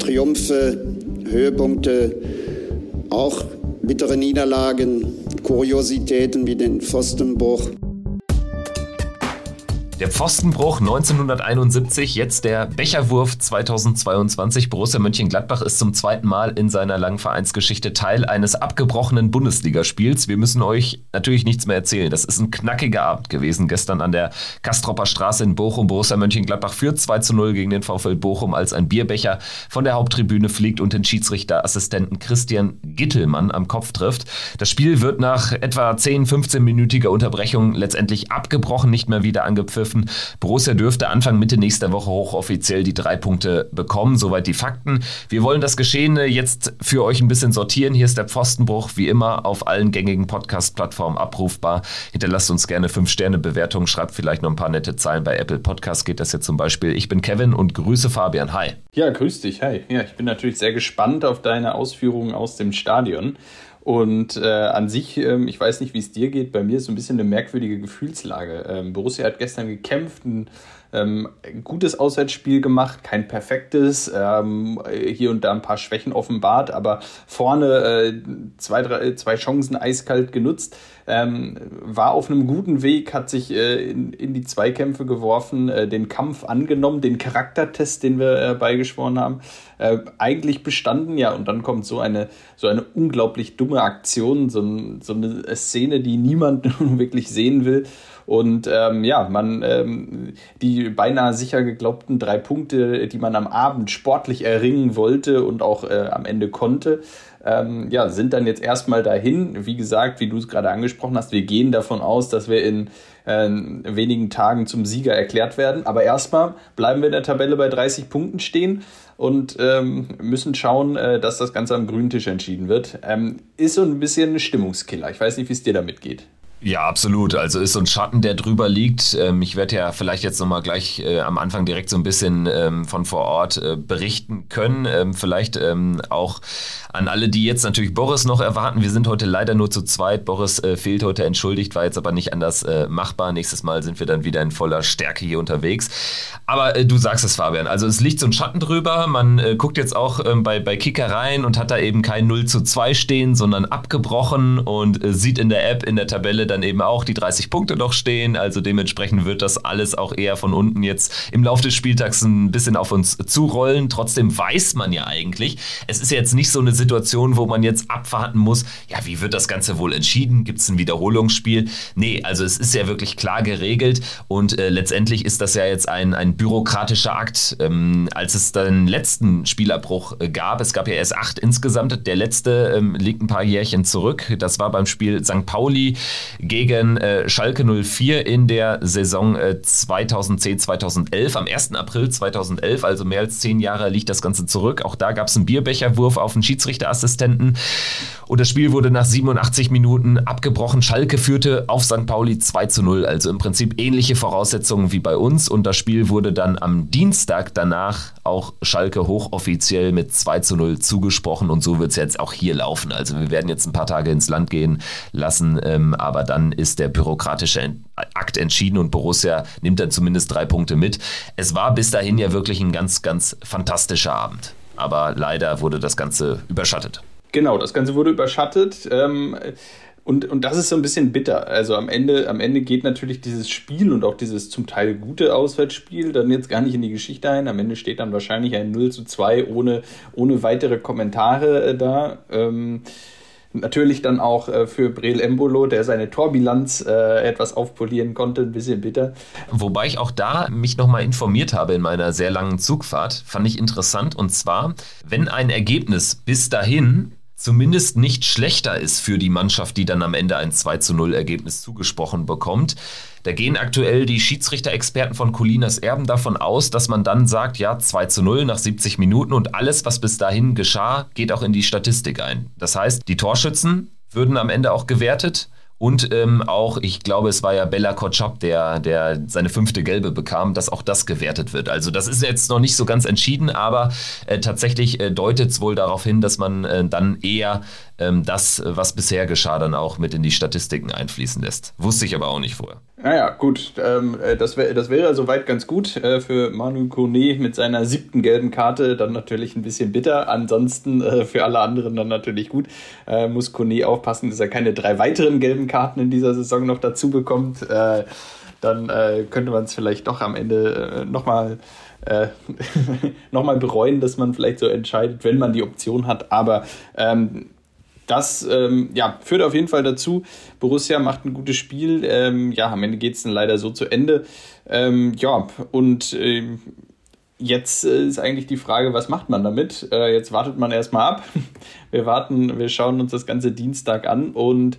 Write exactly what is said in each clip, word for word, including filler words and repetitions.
Triumphe, Höhepunkte, auch bittere Niederlagen, Kuriositäten wie den Pfostenbruch. Der Pfostenbruch neunzehnhunderteinundsiebzig, jetzt der Becherwurf zweitausendzweiundzwanzig. Borussia Mönchengladbach ist zum zweiten Mal in seiner langen Vereinsgeschichte Teil eines abgebrochenen Bundesligaspiels. Wir müssen euch natürlich nichts mehr erzählen. Das ist ein knackiger Abend gewesen gestern an der Kastropper Straße in Bochum. Borussia Mönchengladbach führt zwei zu null gegen den VfL Bochum, als ein Bierbecher von der Haupttribüne fliegt und den Schiedsrichterassistenten Christian Gittelmann am Kopf trifft. Das Spiel wird nach etwa zehn, fünfzehn-minütiger Unterbrechung letztendlich abgebrochen, nicht mehr wieder angepfiffen. Borussia dürfte Anfang Mitte nächster Woche hochoffiziell die drei Punkte bekommen. Soweit die Fakten. Wir wollen das Geschehene jetzt für euch ein bisschen sortieren. Hier ist der Pfostenbruch, wie immer auf allen gängigen Podcast-Plattformen abrufbar. Hinterlasst uns gerne fünf Sterne Bewertungen, schreibt vielleicht noch ein paar nette Zeilen. Bei Apple Podcast geht das jetzt zum Beispiel. Ich bin Kevin und grüße Fabian. Hi. Ja, grüß dich. Hi. Ja, ich bin natürlich sehr gespannt auf deine Ausführungen aus dem Stadion. Und äh, an sich, ähm, ich weiß nicht, wie es dir geht, bei mir ist so ein bisschen eine merkwürdige Gefühlslage. Ähm, Borussia hat gestern gekämpft, ein ähm, gutes Auswärtsspiel gemacht, kein perfektes, ähm, hier und da ein paar Schwächen offenbart, aber vorne äh, zwei, drei, zwei Chancen eiskalt genutzt. Ähm, war auf einem guten Weg, hat sich äh, in, in die Zweikämpfe geworfen, äh, den Kampf angenommen, den Charaktertest, den wir äh, beigeschworen haben, äh, eigentlich bestanden, ja, und dann kommt so eine, so eine unglaublich dumme Aktion, so, ein, so eine Szene, die niemand wirklich sehen will. Und ähm, ja, man ähm, die beinahe sicher geglaubten drei Punkte, die man am Abend sportlich erringen wollte und auch äh, am Ende konnte, ähm, ja, sind dann jetzt erstmal dahin. Wie gesagt, wie du es gerade angesprochen hast, wir gehen davon aus, dass wir in äh, wenigen Tagen zum Sieger erklärt werden. Aber erstmal bleiben wir in der Tabelle bei dreißig Punkten stehen und ähm, müssen schauen, äh, dass das Ganze am grünen Tisch entschieden wird. Ähm, ist so ein bisschen ein Stimmungskiller. Ich weiß nicht, wie es dir damit geht. Ja, absolut. Also ist so ein Schatten, der drüber liegt. Ähm, ich werde ja vielleicht jetzt nochmal gleich äh, am Anfang direkt so ein bisschen ähm, von vor Ort äh, berichten können. Ähm, vielleicht ähm, auch an alle, die jetzt natürlich Boris noch erwarten. Wir sind heute leider nur zu zweit. Boris äh, fehlt heute, entschuldigt, war jetzt aber nicht anders äh, machbar. Nächstes Mal sind wir dann wieder in voller Stärke hier unterwegs. Aber äh, du sagst es, Fabian. Also es liegt so ein Schatten drüber. Man äh, guckt jetzt auch ähm, bei, bei Kicker rein und hat da eben kein null zu zwei stehen, sondern abgebrochen und äh, sieht in der App, in der Tabelle dann eben auch die dreißig Punkte noch stehen, also dementsprechend wird das alles auch eher von unten jetzt im Laufe des Spieltags ein bisschen auf uns zurollen. Trotzdem weiß man ja eigentlich, es ist jetzt nicht so eine Situation, wo man jetzt abwarten muss, ja, wie wird das Ganze wohl entschieden, gibt es ein Wiederholungsspiel? Nee, also es ist ja wirklich klar geregelt und äh, letztendlich ist das ja jetzt ein, ein bürokratischer Akt. Ähm, als es den letzten Spielabbruch äh, gab, es gab ja erst acht insgesamt, der letzte ähm, liegt ein paar Jährchen zurück, das war beim Spiel Sankt Pauli gegen äh, Schalke null vier in der Saison äh, zweitausendzehn zweitausendelf. Am ersten April zweitausendelf, also mehr als zehn Jahre liegt das Ganze zurück. Auch da gab es einen Bierbecherwurf auf den Schiedsrichterassistenten und das Spiel wurde nach siebenundachtzig Minuten abgebrochen. Schalke führte auf Sankt Pauli zwei zu null, also im Prinzip ähnliche Voraussetzungen wie bei uns und das Spiel wurde dann am Dienstag danach auch Schalke hochoffiziell mit zwei zu null zugesprochen und so wird es jetzt auch hier laufen. Also wir werden jetzt ein paar Tage ins Land gehen lassen, ähm, aber dann ist der bürokratische Akt entschieden und Borussia nimmt dann zumindest drei Punkte mit. Es war bis dahin ja wirklich ein ganz, ganz fantastischer Abend. Aber leider wurde das Ganze überschattet. Genau, das Ganze wurde überschattet. Ähm Und, und das ist so ein bisschen bitter. Also am Ende, am Ende geht natürlich dieses Spiel und auch dieses zum Teil gute Auswärtsspiel dann jetzt gar nicht in die Geschichte ein. Am Ende steht dann wahrscheinlich ein null zu zwei ohne, ohne weitere Kommentare äh, da. Ähm, Natürlich dann auch äh, für Breel Embolo, der seine Torbilanz äh, etwas aufpolieren konnte, ein bisschen bitter. Wobei ich auch da mich nochmal informiert habe in meiner sehr langen Zugfahrt, fand ich interessant. Und zwar, wenn ein Ergebnis bis dahin zumindest nicht schlechter ist für die Mannschaft, die dann am Ende ein zwei zu null Ergebnis zugesprochen bekommt. Da gehen aktuell die Schiedsrichter-Experten von Colinas Erben davon aus, dass man dann sagt, ja, zwei zu null nach siebzig Minuten und alles, was bis dahin geschah, geht auch in die Statistik ein. Das heißt, die Torschützen würden am Ende auch gewertet. Und ähm, auch, ich glaube, es war ja Bella Kotschap, der, der seine fünfte Gelbe bekam, dass auch das gewertet wird. Also das ist jetzt noch nicht so ganz entschieden, aber äh, tatsächlich äh, deutet es wohl darauf hin, dass man äh, dann eher ähm, das, was bisher geschah, dann auch mit in die Statistiken einfließen lässt. Wusste ich aber auch nicht vorher. Naja, gut, ähm, das, wär, das wäre soweit ganz gut äh, für Manu Kone mit seiner siebten gelben Karte, dann natürlich ein bisschen bitter, ansonsten äh, für alle anderen dann natürlich gut. Äh, muss Kone aufpassen, dass er keine drei weiteren gelben Karten in dieser Saison noch dazu bekommt, äh, dann äh, könnte man es vielleicht doch am Ende äh, nochmal äh, noch mal bereuen, dass man vielleicht so entscheidet, wenn man die Option hat, aber ähm, Das ähm, ja, führt auf jeden Fall dazu, Borussia macht ein gutes Spiel, ähm, ja, am Ende geht es dann leider so zu Ende, ähm, ja, und ähm, jetzt äh, ist eigentlich die Frage, was macht man damit? Äh, jetzt wartet man erstmal ab, wir warten, wir schauen uns das ganze Dienstag an und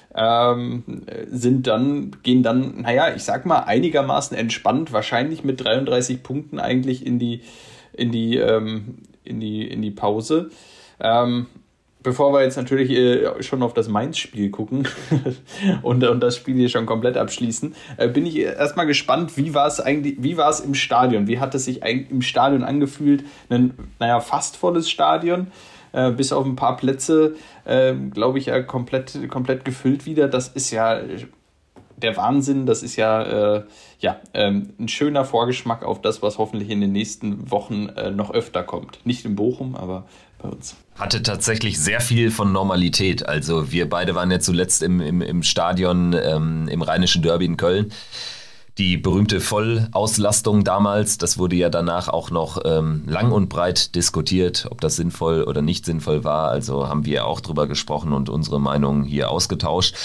ähm, sind dann, gehen dann, naja, ich sag mal, einigermaßen entspannt, wahrscheinlich mit dreiunddreißig Punkten eigentlich in die, in die, ähm, in die, in die Pause, ähm, Bevor wir jetzt natürlich äh, schon auf das Mainz-Spiel gucken und, und das Spiel hier schon komplett abschließen, äh, bin ich erstmal gespannt, wie war es eigentlich, wie war es im Stadion? Wie hat es sich eigentlich im Stadion angefühlt? Ein, naja, fast volles Stadion, äh, bis auf ein paar Plätze, äh, glaube ich, ja komplett, komplett gefüllt wieder. Das ist ja der Wahnsinn, das ist ja, äh, ja ähm, ein schöner Vorgeschmack auf das, was hoffentlich in den nächsten Wochen äh, noch öfter kommt. Nicht in Bochum, aber bei uns. Hatte tatsächlich sehr viel von Normalität. Also wir beide waren ja zuletzt im, im, im Stadion ähm, im Rheinischen Derby in Köln. Die berühmte Vollauslastung damals, das wurde ja danach auch noch ähm, lang und breit diskutiert, ob das sinnvoll oder nicht sinnvoll war. Also haben wir auch drüber gesprochen und unsere Meinung hier ausgetauscht.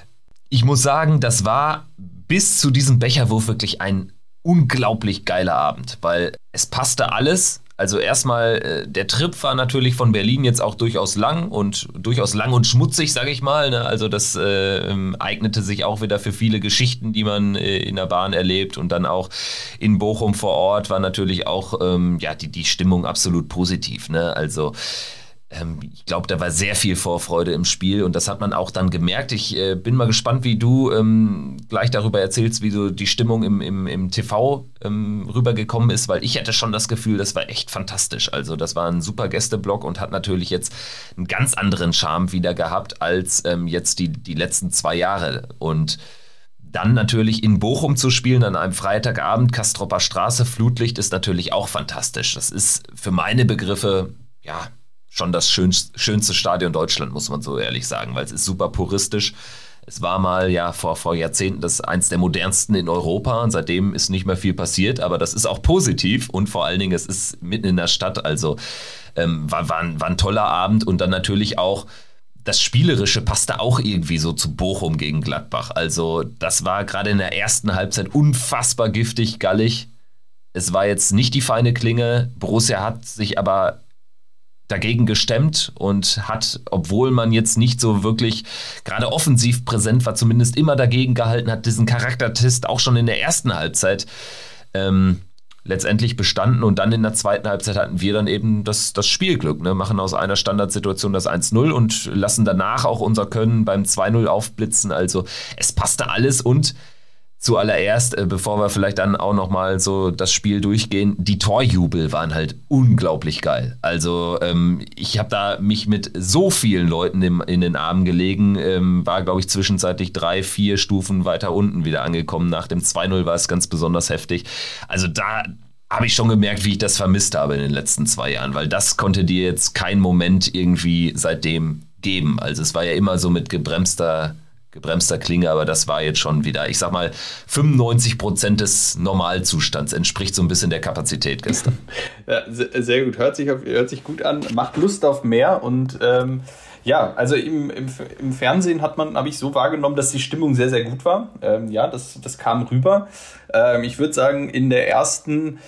Ich muss sagen, das war bis zu diesem Becherwurf wirklich ein unglaublich geiler Abend, weil es passte alles. Also erstmal, äh, der Trip war natürlich von Berlin jetzt auch durchaus lang und durchaus lang und schmutzig, sage ich mal. Ne? Also das äh, eignete sich auch wieder für viele Geschichten, die man äh, in der Bahn erlebt. Und dann auch in Bochum vor Ort war natürlich auch ähm, ja, die, die Stimmung absolut positiv. Ne? Also ähm, ich glaube, da war sehr viel Vorfreude im Spiel und das hat man auch dann gemerkt. Ich äh, bin mal gespannt, wie du ähm, gleich darüber erzählst, wie so die Stimmung im, im, im T V ähm, rübergekommen ist, weil ich hatte schon das Gefühl, das war echt fantastisch. Also das war ein super Gästeblock und hat natürlich jetzt einen ganz anderen Charme wieder gehabt als ähm, jetzt die, die letzten zwei Jahre. Und dann natürlich in Bochum zu spielen an einem Freitagabend, Castropper Straße, Flutlicht ist natürlich auch fantastisch. Das ist für meine Begriffe, ja, schon das schönste, schönste Stadion Deutschland, muss man so ehrlich sagen, weil es ist super puristisch. Es war mal ja vor, vor Jahrzehnten das eins der modernsten in Europa und seitdem ist nicht mehr viel passiert, aber das ist auch positiv und vor allen Dingen, es ist mitten in der Stadt, also ähm, war, war, ein, war ein toller Abend und dann natürlich auch das Spielerische passte auch irgendwie so zu Bochum gegen Gladbach. Also das war gerade in der ersten Halbzeit unfassbar giftig, gallig. Es war jetzt nicht die feine Klinge, Borussia hat sich aber dagegen gestemmt und hat, obwohl man jetzt nicht so wirklich gerade offensiv präsent war, zumindest immer dagegen gehalten, hat diesen Charaktertest auch schon in der ersten Halbzeit ähm, letztendlich bestanden und dann in der zweiten Halbzeit hatten wir dann eben das, das Spielglück, ne? Machen aus einer Standardsituation das eins null und lassen danach auch unser Können beim zwei null aufblitzen, also es passte alles und zuallererst, äh, bevor wir vielleicht dann auch nochmal so das Spiel durchgehen, die Torjubel waren halt unglaublich geil. Also ähm, ich habe da mich mit so vielen Leuten im, in den Armen gelegen, ähm, war glaube ich zwischenzeitlich drei, vier Stufen weiter unten wieder angekommen. Nach dem zwei null war es ganz besonders heftig. Also da habe ich schon gemerkt, wie ich das vermisst habe in den letzten zwei Jahren, weil das konnte dir jetzt kein Moment irgendwie seitdem geben. Also es war ja immer so mit gebremster gebremster Klinge, aber das war jetzt schon wieder, ich sag mal, fünfundneunzig Prozent des Normalzustands, entspricht so ein bisschen der Kapazität gestern. Ja, sehr gut, hört sich, auf, hört sich gut an, macht Lust auf mehr und ähm, ja, also im, im, im Fernsehen hat man, habe ich so wahrgenommen, dass die Stimmung sehr, sehr gut war. Ähm, ja, das, das kam rüber. Ähm, ich würde sagen, in der ersten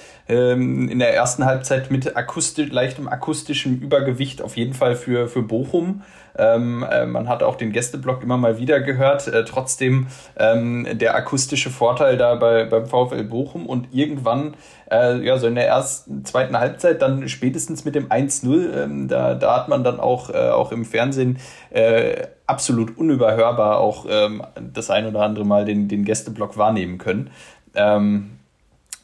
in der ersten Halbzeit mit akustisch, leichtem akustischem Übergewicht auf jeden Fall für, für Bochum. Ähm, äh, man hat auch den Gästeblock immer mal wieder gehört. Äh, trotzdem ähm, der akustische Vorteil da bei, beim VfL Bochum und irgendwann, äh, ja, so in der ersten, zweiten Halbzeit, dann spätestens mit dem eins null, ähm, da, da hat man dann auch, äh, auch im Fernsehen äh, absolut unüberhörbar auch ähm, das ein oder andere Mal den, den Gästeblock wahrnehmen können. Ähm,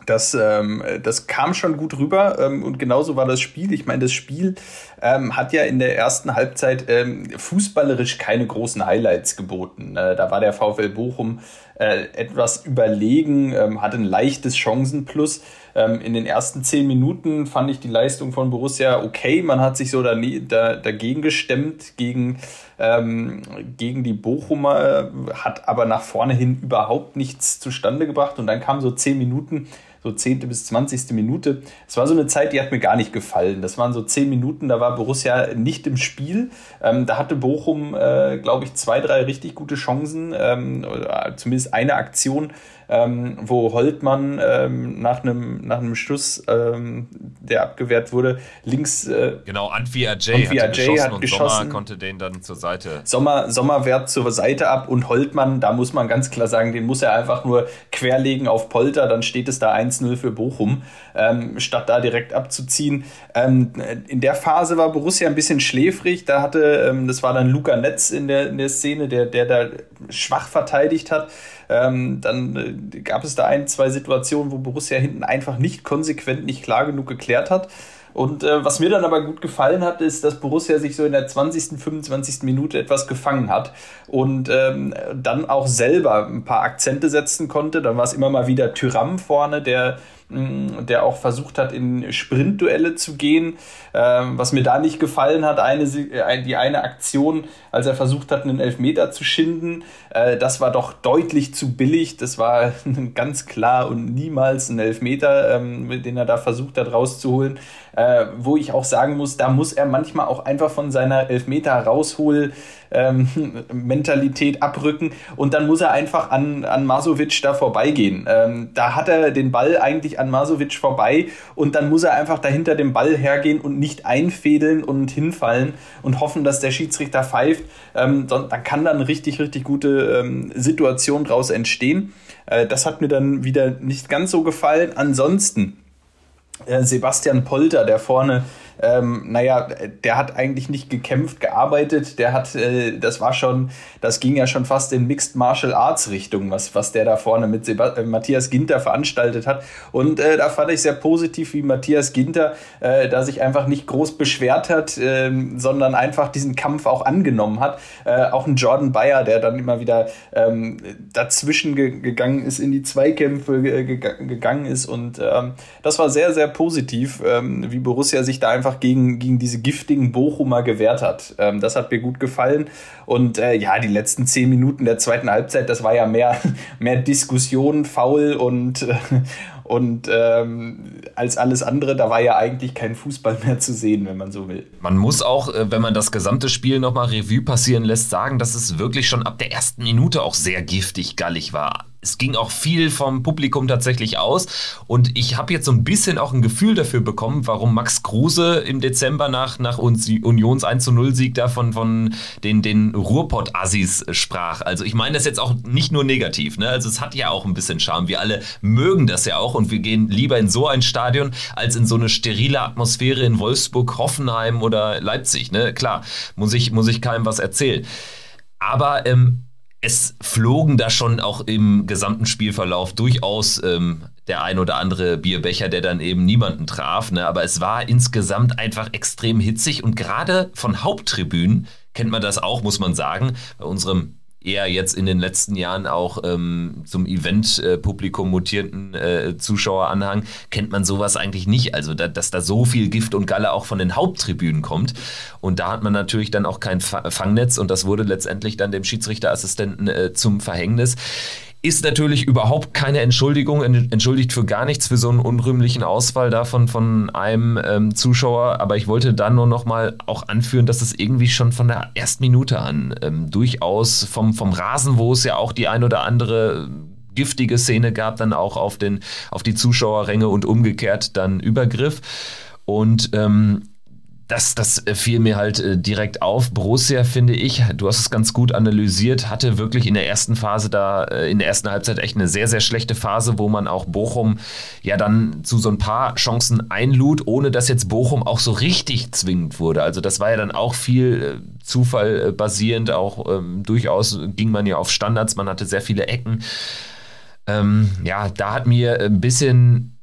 Das, ähm, das kam schon gut rüber ähm, und genauso war das Spiel. Ich meine, das Spiel ähm, hat ja in der ersten Halbzeit ähm, fußballerisch keine großen Highlights geboten. Äh, da war der VfL Bochum äh, etwas überlegen, ähm, hatte ein leichtes Chancenplus. Ähm, in den ersten zehn Minuten fand ich die Leistung von Borussia okay. Man hat sich so da, da, dagegen gestemmt, gegen, ähm, gegen die Bochumer, hat aber nach vorne hin überhaupt nichts zustande gebracht. Und dann kamen so zehn Minuten, so zehnte bis zwanzigste Minute. Es war so eine Zeit, die hat mir gar nicht gefallen. Das waren so zehn Minuten, da war Borussia nicht im Spiel. Ähm, da hatte Bochum, äh, glaube ich, zwei, drei richtig gute Chancen, ähm, oder zumindest eine Aktion, ähm, wo Holtmann ähm, nach einem nach einem Schuss, ähm, der abgewehrt wurde, links... Äh, genau, Antwi Ajay hat geschossen hat und geschossen. Sommer konnte den dann zur Seite... Sommer, Sommer wehrt zur Seite ab und Holtmann, da muss man ganz klar sagen, den muss er einfach nur querlegen auf Polter, dann steht es da eins null für Bochum, ähm, statt da direkt abzuziehen. Ähm, in der Phase war Borussia ein bisschen schläfrig, da hatte, ähm, das war dann Luca Netz in der, in der Szene, der, der da schwach verteidigt hat. Ähm, dann äh, gab es da ein, zwei Situationen, wo Borussia hinten einfach nicht konsequent, nicht klar genug geklärt hat. Und äh, was mir dann aber gut gefallen hat, ist, dass Borussia sich so in der zwanzigsten, fünfundzwanzigsten Minute etwas gefangen hat und ähm, dann auch selber ein paar Akzente setzen konnte. Dann war es immer mal wieder Thuram vorne, der der auch versucht hat, in Sprintduelle zu gehen. Ähm, was mir da nicht gefallen hat, eine, die eine Aktion, als er versucht hat, einen Elfmeter zu schinden, äh, das war doch deutlich zu billig. Das war ganz klar und niemals ein Elfmeter, ähm, den er da versucht hat rauszuholen. Äh, wo ich auch sagen muss, da muss er manchmal auch einfach von seiner Elfmeter-Raushol- Ähm, Mentalität abrücken und dann muss er einfach an, an Masovic da vorbeigehen. Ähm, da hat er den Ball eigentlich an Masovic vorbei und dann muss er einfach dahinter dem Ball hergehen und nicht einfädeln und hinfallen und hoffen, dass der Schiedsrichter pfeift. Ähm, dann kann dann richtig, richtig gute ähm, Situation draus entstehen. Äh, das hat mir dann wieder nicht ganz so gefallen. Ansonsten äh, Sebastian Polter, der vorne Ähm, naja, der hat eigentlich nicht gekämpft, gearbeitet, der hat, äh, das war schon, das ging ja schon fast in Mixed Martial Arts Richtung, was, was der da vorne mit Seb- äh, Matthias Ginter veranstaltet hat. Und äh, da fand ich sehr positiv, wie Matthias Ginter äh, da sich einfach nicht groß beschwert hat, äh, sondern einfach diesen Kampf auch angenommen hat. Äh, auch ein Jordan Bayer, der dann immer wieder ähm, dazwischen ge- gegangen ist, in die Zweikämpfe ge- ge- gegangen ist. Und ähm, das war sehr, sehr positiv, ähm, wie Borussia sich da einfach gegen, gegen diese giftigen Bochumer gewehrt hat. Ähm, das hat mir gut gefallen. Und äh, ja, die letzten zehn Minuten der zweiten Halbzeit, das war ja mehr, mehr Diskussion, Foul und, äh, und ähm, als alles andere, da war ja eigentlich kein Fußball mehr zu sehen, wenn man so will. Man muss auch, wenn man das gesamte Spiel nochmal Revue passieren lässt, sagen, dass es wirklich schon ab der ersten Minute auch sehr giftig gallig war. Es ging auch viel vom Publikum tatsächlich aus und ich habe jetzt so ein bisschen auch ein Gefühl dafür bekommen, warum Max Kruse im Dezember nach, nach Unions eins zu null Sieg da von, von den, den Ruhrpott-Assis sprach. Also ich meine das jetzt auch nicht nur negativ, ne? Also es hat ja auch ein bisschen Charme. Wir alle mögen das ja auch und wir gehen lieber in so ein Stadion als in so eine sterile Atmosphäre in Wolfsburg, Hoffenheim oder Leipzig. Ne? Klar, muss ich, muss ich keinem was erzählen. Aber ähm, es flogen da schon auch im gesamten Spielverlauf durchaus ähm, der ein oder andere Bierbecher, der dann eben niemanden traf. Ne? Aber es war insgesamt einfach extrem hitzig und gerade von Haupttribünen kennt man das auch, muss man sagen, bei unserem eher jetzt in den letzten Jahren auch ähm, zum Event-Publikum mutierten äh, Zuschaueranhang, kennt man sowas eigentlich nicht. Also, da, dass da so viel Gift und Galle auch von den Haupttribünen kommt. Und da hat man natürlich dann auch kein Fangnetz und das wurde letztendlich dann dem Schiedsrichterassistenten äh, zum Verhängnis. Ist natürlich überhaupt keine Entschuldigung, entschuldigt für gar nichts, für so einen unrühmlichen Ausfall davon von einem ähm, Zuschauer. Aber ich wollte dann nur noch mal auch anführen, dass es irgendwie schon von der ersten Minute an ähm, durchaus vom, vom Rasen, wo es ja auch die ein oder andere giftige Szene gab, dann auch auf, den, auf die Zuschauerränge und umgekehrt dann Übergriff. Und ähm, Das, das fiel mir halt äh, direkt auf. Borussia, finde ich, du hast es ganz gut analysiert, hatte wirklich in der ersten Phase da, äh, in der ersten Halbzeit echt eine sehr, sehr schlechte Phase, wo man auch Bochum ja dann zu so ein paar Chancen einlud, ohne dass jetzt Bochum auch so richtig zwingend wurde. Also das war ja dann auch viel äh, Zufall äh, basierend, auch ähm, durchaus ging man ja auf Standards, man hatte sehr viele Ecken. Ähm, ja, da hat mir ein bisschen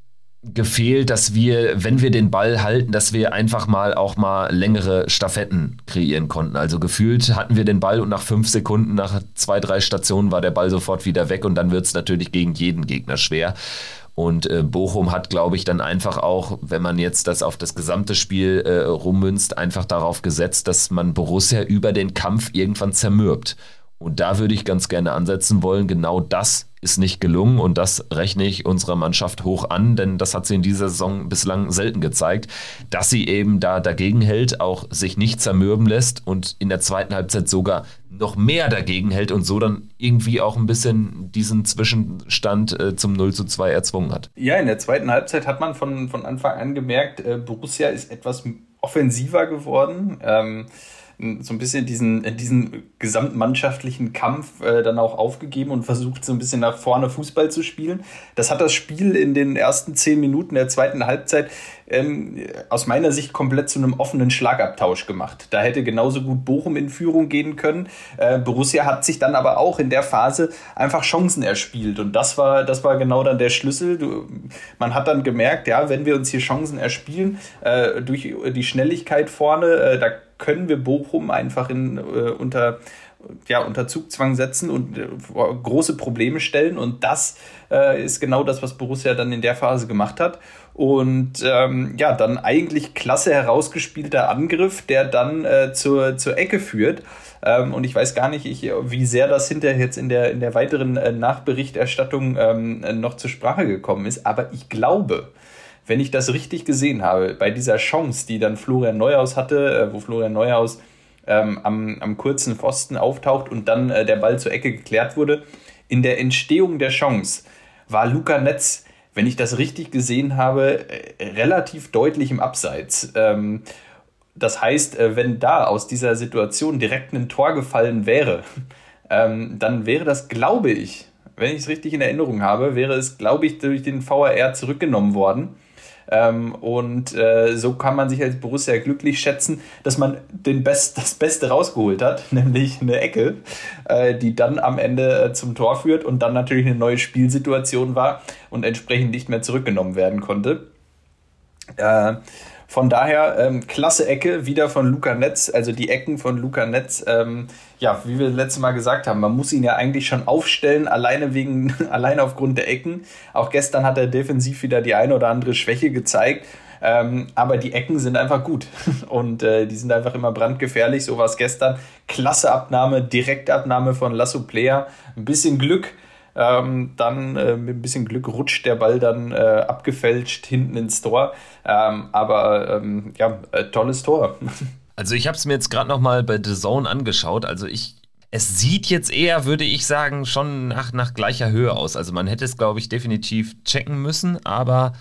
gefehlt, dass wir, wenn wir den Ball halten, dass wir einfach mal auch mal längere Staffetten kreieren konnten. Also gefühlt hatten wir den Ball und nach fünf Sekunden, nach zwei, drei Stationen war der Ball sofort wieder weg und dann wird es natürlich gegen jeden Gegner schwer. Und äh, Bochum hat, glaube ich, dann einfach auch, wenn man jetzt das auf das gesamte Spiel äh, rummünzt, einfach darauf gesetzt, dass man Borussia über den Kampf irgendwann zermürbt. Und da würde ich ganz gerne ansetzen wollen. Genau das ist nicht gelungen und das rechne ich unserer Mannschaft hoch an, denn das hat sie in dieser Saison bislang selten gezeigt, dass sie eben da dagegen hält, auch sich nicht zermürben lässt und in der zweiten Halbzeit sogar noch mehr dagegen hält und so dann irgendwie auch ein bisschen diesen Zwischenstand äh, zum null zu zwei erzwungen hat. Ja, in der zweiten Halbzeit hat man von, von Anfang an gemerkt, äh, Borussia ist etwas offensiver geworden. Ähm, so ein bisschen diesen, diesen gesamtmannschaftlichen Kampf äh, dann auch aufgegeben und versucht so ein bisschen nach vorne Fußball zu spielen. Das hat das Spiel in den ersten zehn Minuten der zweiten Halbzeit ähm, aus meiner Sicht komplett zu einem offenen Schlagabtausch gemacht. Da hätte genauso gut Bochum in Führung gehen können. Äh, Borussia hat sich dann aber auch in der Phase einfach Chancen erspielt und das war, das war genau dann der Schlüssel. Du, man hat dann gemerkt, ja, wenn wir uns hier Chancen erspielen, äh, durch die Schnelligkeit vorne, äh, da können wir Bochum einfach in, äh, unter, ja, unter Zugzwang setzen und äh, große Probleme stellen. Und das äh, ist genau das, was Borussia dann in der Phase gemacht hat. Und ähm, ja, dann eigentlich klasse herausgespielter Angriff, der dann äh, zur, zur Ecke führt. Ähm, und ich weiß gar nicht, ich, wie sehr das hinterher jetzt in der, in der weiteren äh, Nachberichterstattung ähm, noch zur Sprache gekommen ist. Aber ich glaube, wenn ich das richtig gesehen habe, bei dieser Chance, die dann Florian Neuhaus hatte, wo Florian Neuhaus ähm, am, am kurzen Pfosten auftaucht und dann äh, der Ball zur Ecke geklärt wurde, in der Entstehung der Chance war Luca Netz, wenn ich das richtig gesehen habe, äh, relativ deutlich im Abseits. Ähm, das heißt, äh, wenn da aus dieser Situation direkt ein Tor gefallen wäre, ähm, dann wäre das, glaube ich, wenn ich es richtig in Erinnerung habe, wäre es, glaube ich, durch den V A R zurückgenommen worden. Ähm, und äh, so kann man sich als Borussia glücklich schätzen, dass man den Best, das Beste rausgeholt hat, nämlich eine Ecke, äh, die dann am Ende äh, zum Tor führt und dann natürlich eine neue Spielsituation war und entsprechend nicht mehr zurückgenommen werden konnte. Äh, Von daher, ähm, klasse Ecke, wieder von Luca Netz, also die Ecken von Luca Netz, ähm, ja, wie wir das letzte Mal gesagt haben, man muss ihn ja eigentlich schon aufstellen, alleine wegen, alleine aufgrund der Ecken. Auch gestern hat er defensiv wieder die eine oder andere Schwäche gezeigt, ähm, aber die Ecken sind einfach gut und äh, die sind einfach immer brandgefährlich, so war es gestern. Klasse Abnahme, Direktabnahme von Lasso Player, ein bisschen Glück. Ähm, dann äh, mit ein bisschen Glück rutscht der Ball dann äh, abgefälscht hinten ins Tor. Ähm, aber ähm, ja, äh, tolles Tor. Also ich habe es mir jetzt gerade nochmal bei The Zone angeschaut. Also ich, es sieht jetzt eher, würde ich sagen, schon nach, nach gleicher Höhe aus. Also man hätte es, glaube ich, definitiv checken müssen, aber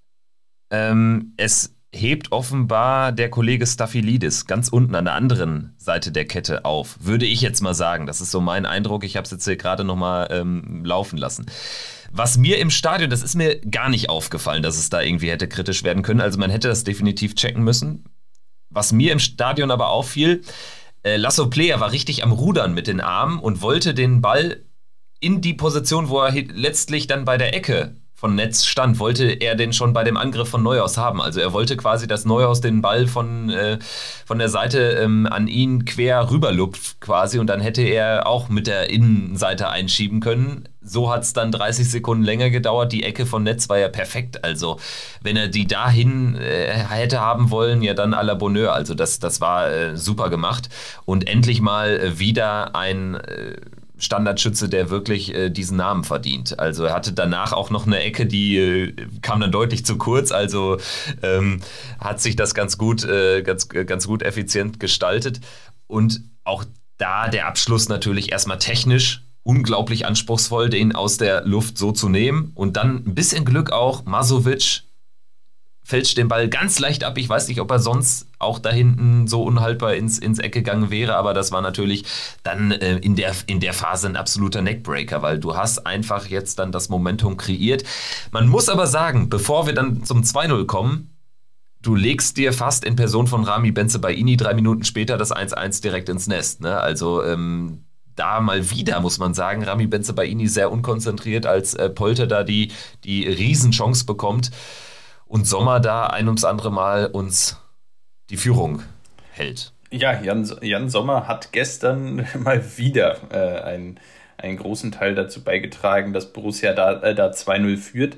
ähm, es hebt offenbar der Kollege Staphylidis ganz unten an der anderen Seite der Kette auf, würde ich jetzt mal sagen. Das ist so mein Eindruck. Ich habe es jetzt hier gerade nochmal ähm, laufen lassen. Was mir im Stadion, das ist mir gar nicht aufgefallen, dass es da irgendwie hätte kritisch werden können. Also man hätte das definitiv checken müssen. Was mir im Stadion aber auffiel, äh, Lasso Player war richtig am Rudern mit den Armen und wollte den Ball in die Position, wo er letztlich dann bei der Ecke von Netz stand, wollte er den schon bei dem Angriff von Neuhaus haben. Also er wollte quasi, dass Neuhaus den Ball von, äh, von der Seite ähm, an ihn quer rüberlupft quasi und dann hätte er auch mit der Innenseite einschieben können. So hat es dann dreißig Sekunden länger gedauert. Die Ecke von Netz war ja perfekt. Also wenn er die dahin äh, hätte haben wollen, ja dann à la Bonheur. Also das, das war äh, super gemacht. Und endlich mal äh, wieder ein äh, Standardschütze, der wirklich äh, diesen Namen verdient. Also er hatte danach auch noch eine Ecke, die äh, kam dann deutlich zu kurz, also ähm, hat sich das ganz gut, äh, ganz, ganz gut effizient gestaltet. Und auch da der Abschluss natürlich erstmal technisch unglaublich anspruchsvoll, den aus der Luft so zu nehmen. Und dann ein bisschen Glück auch, Masovic fälscht den Ball ganz leicht ab. Ich weiß nicht, ob er sonst auch da hinten so unhaltbar ins, ins Eck gegangen wäre, aber das war natürlich dann äh, in, der, in der Phase ein absoluter Neckbreaker, weil du hast einfach jetzt dann das Momentum kreiert. Man muss aber sagen, bevor wir dann zum zwei null kommen, du legst dir fast in Person von Rami Bensebaini drei Minuten später das eins eins direkt ins Nest. Ne? Also ähm, da mal wieder, muss man sagen, Rami Bensebaini sehr unkonzentriert, als äh, Polter da die, die Riesenchance bekommt. und Sommer da ein ums andere Mal uns die Führung hält. Ja, Jan, Jan Sommer hat gestern mal wieder äh, einen, einen großen Teil dazu beigetragen, dass Borussia da, äh, da zwei null führt.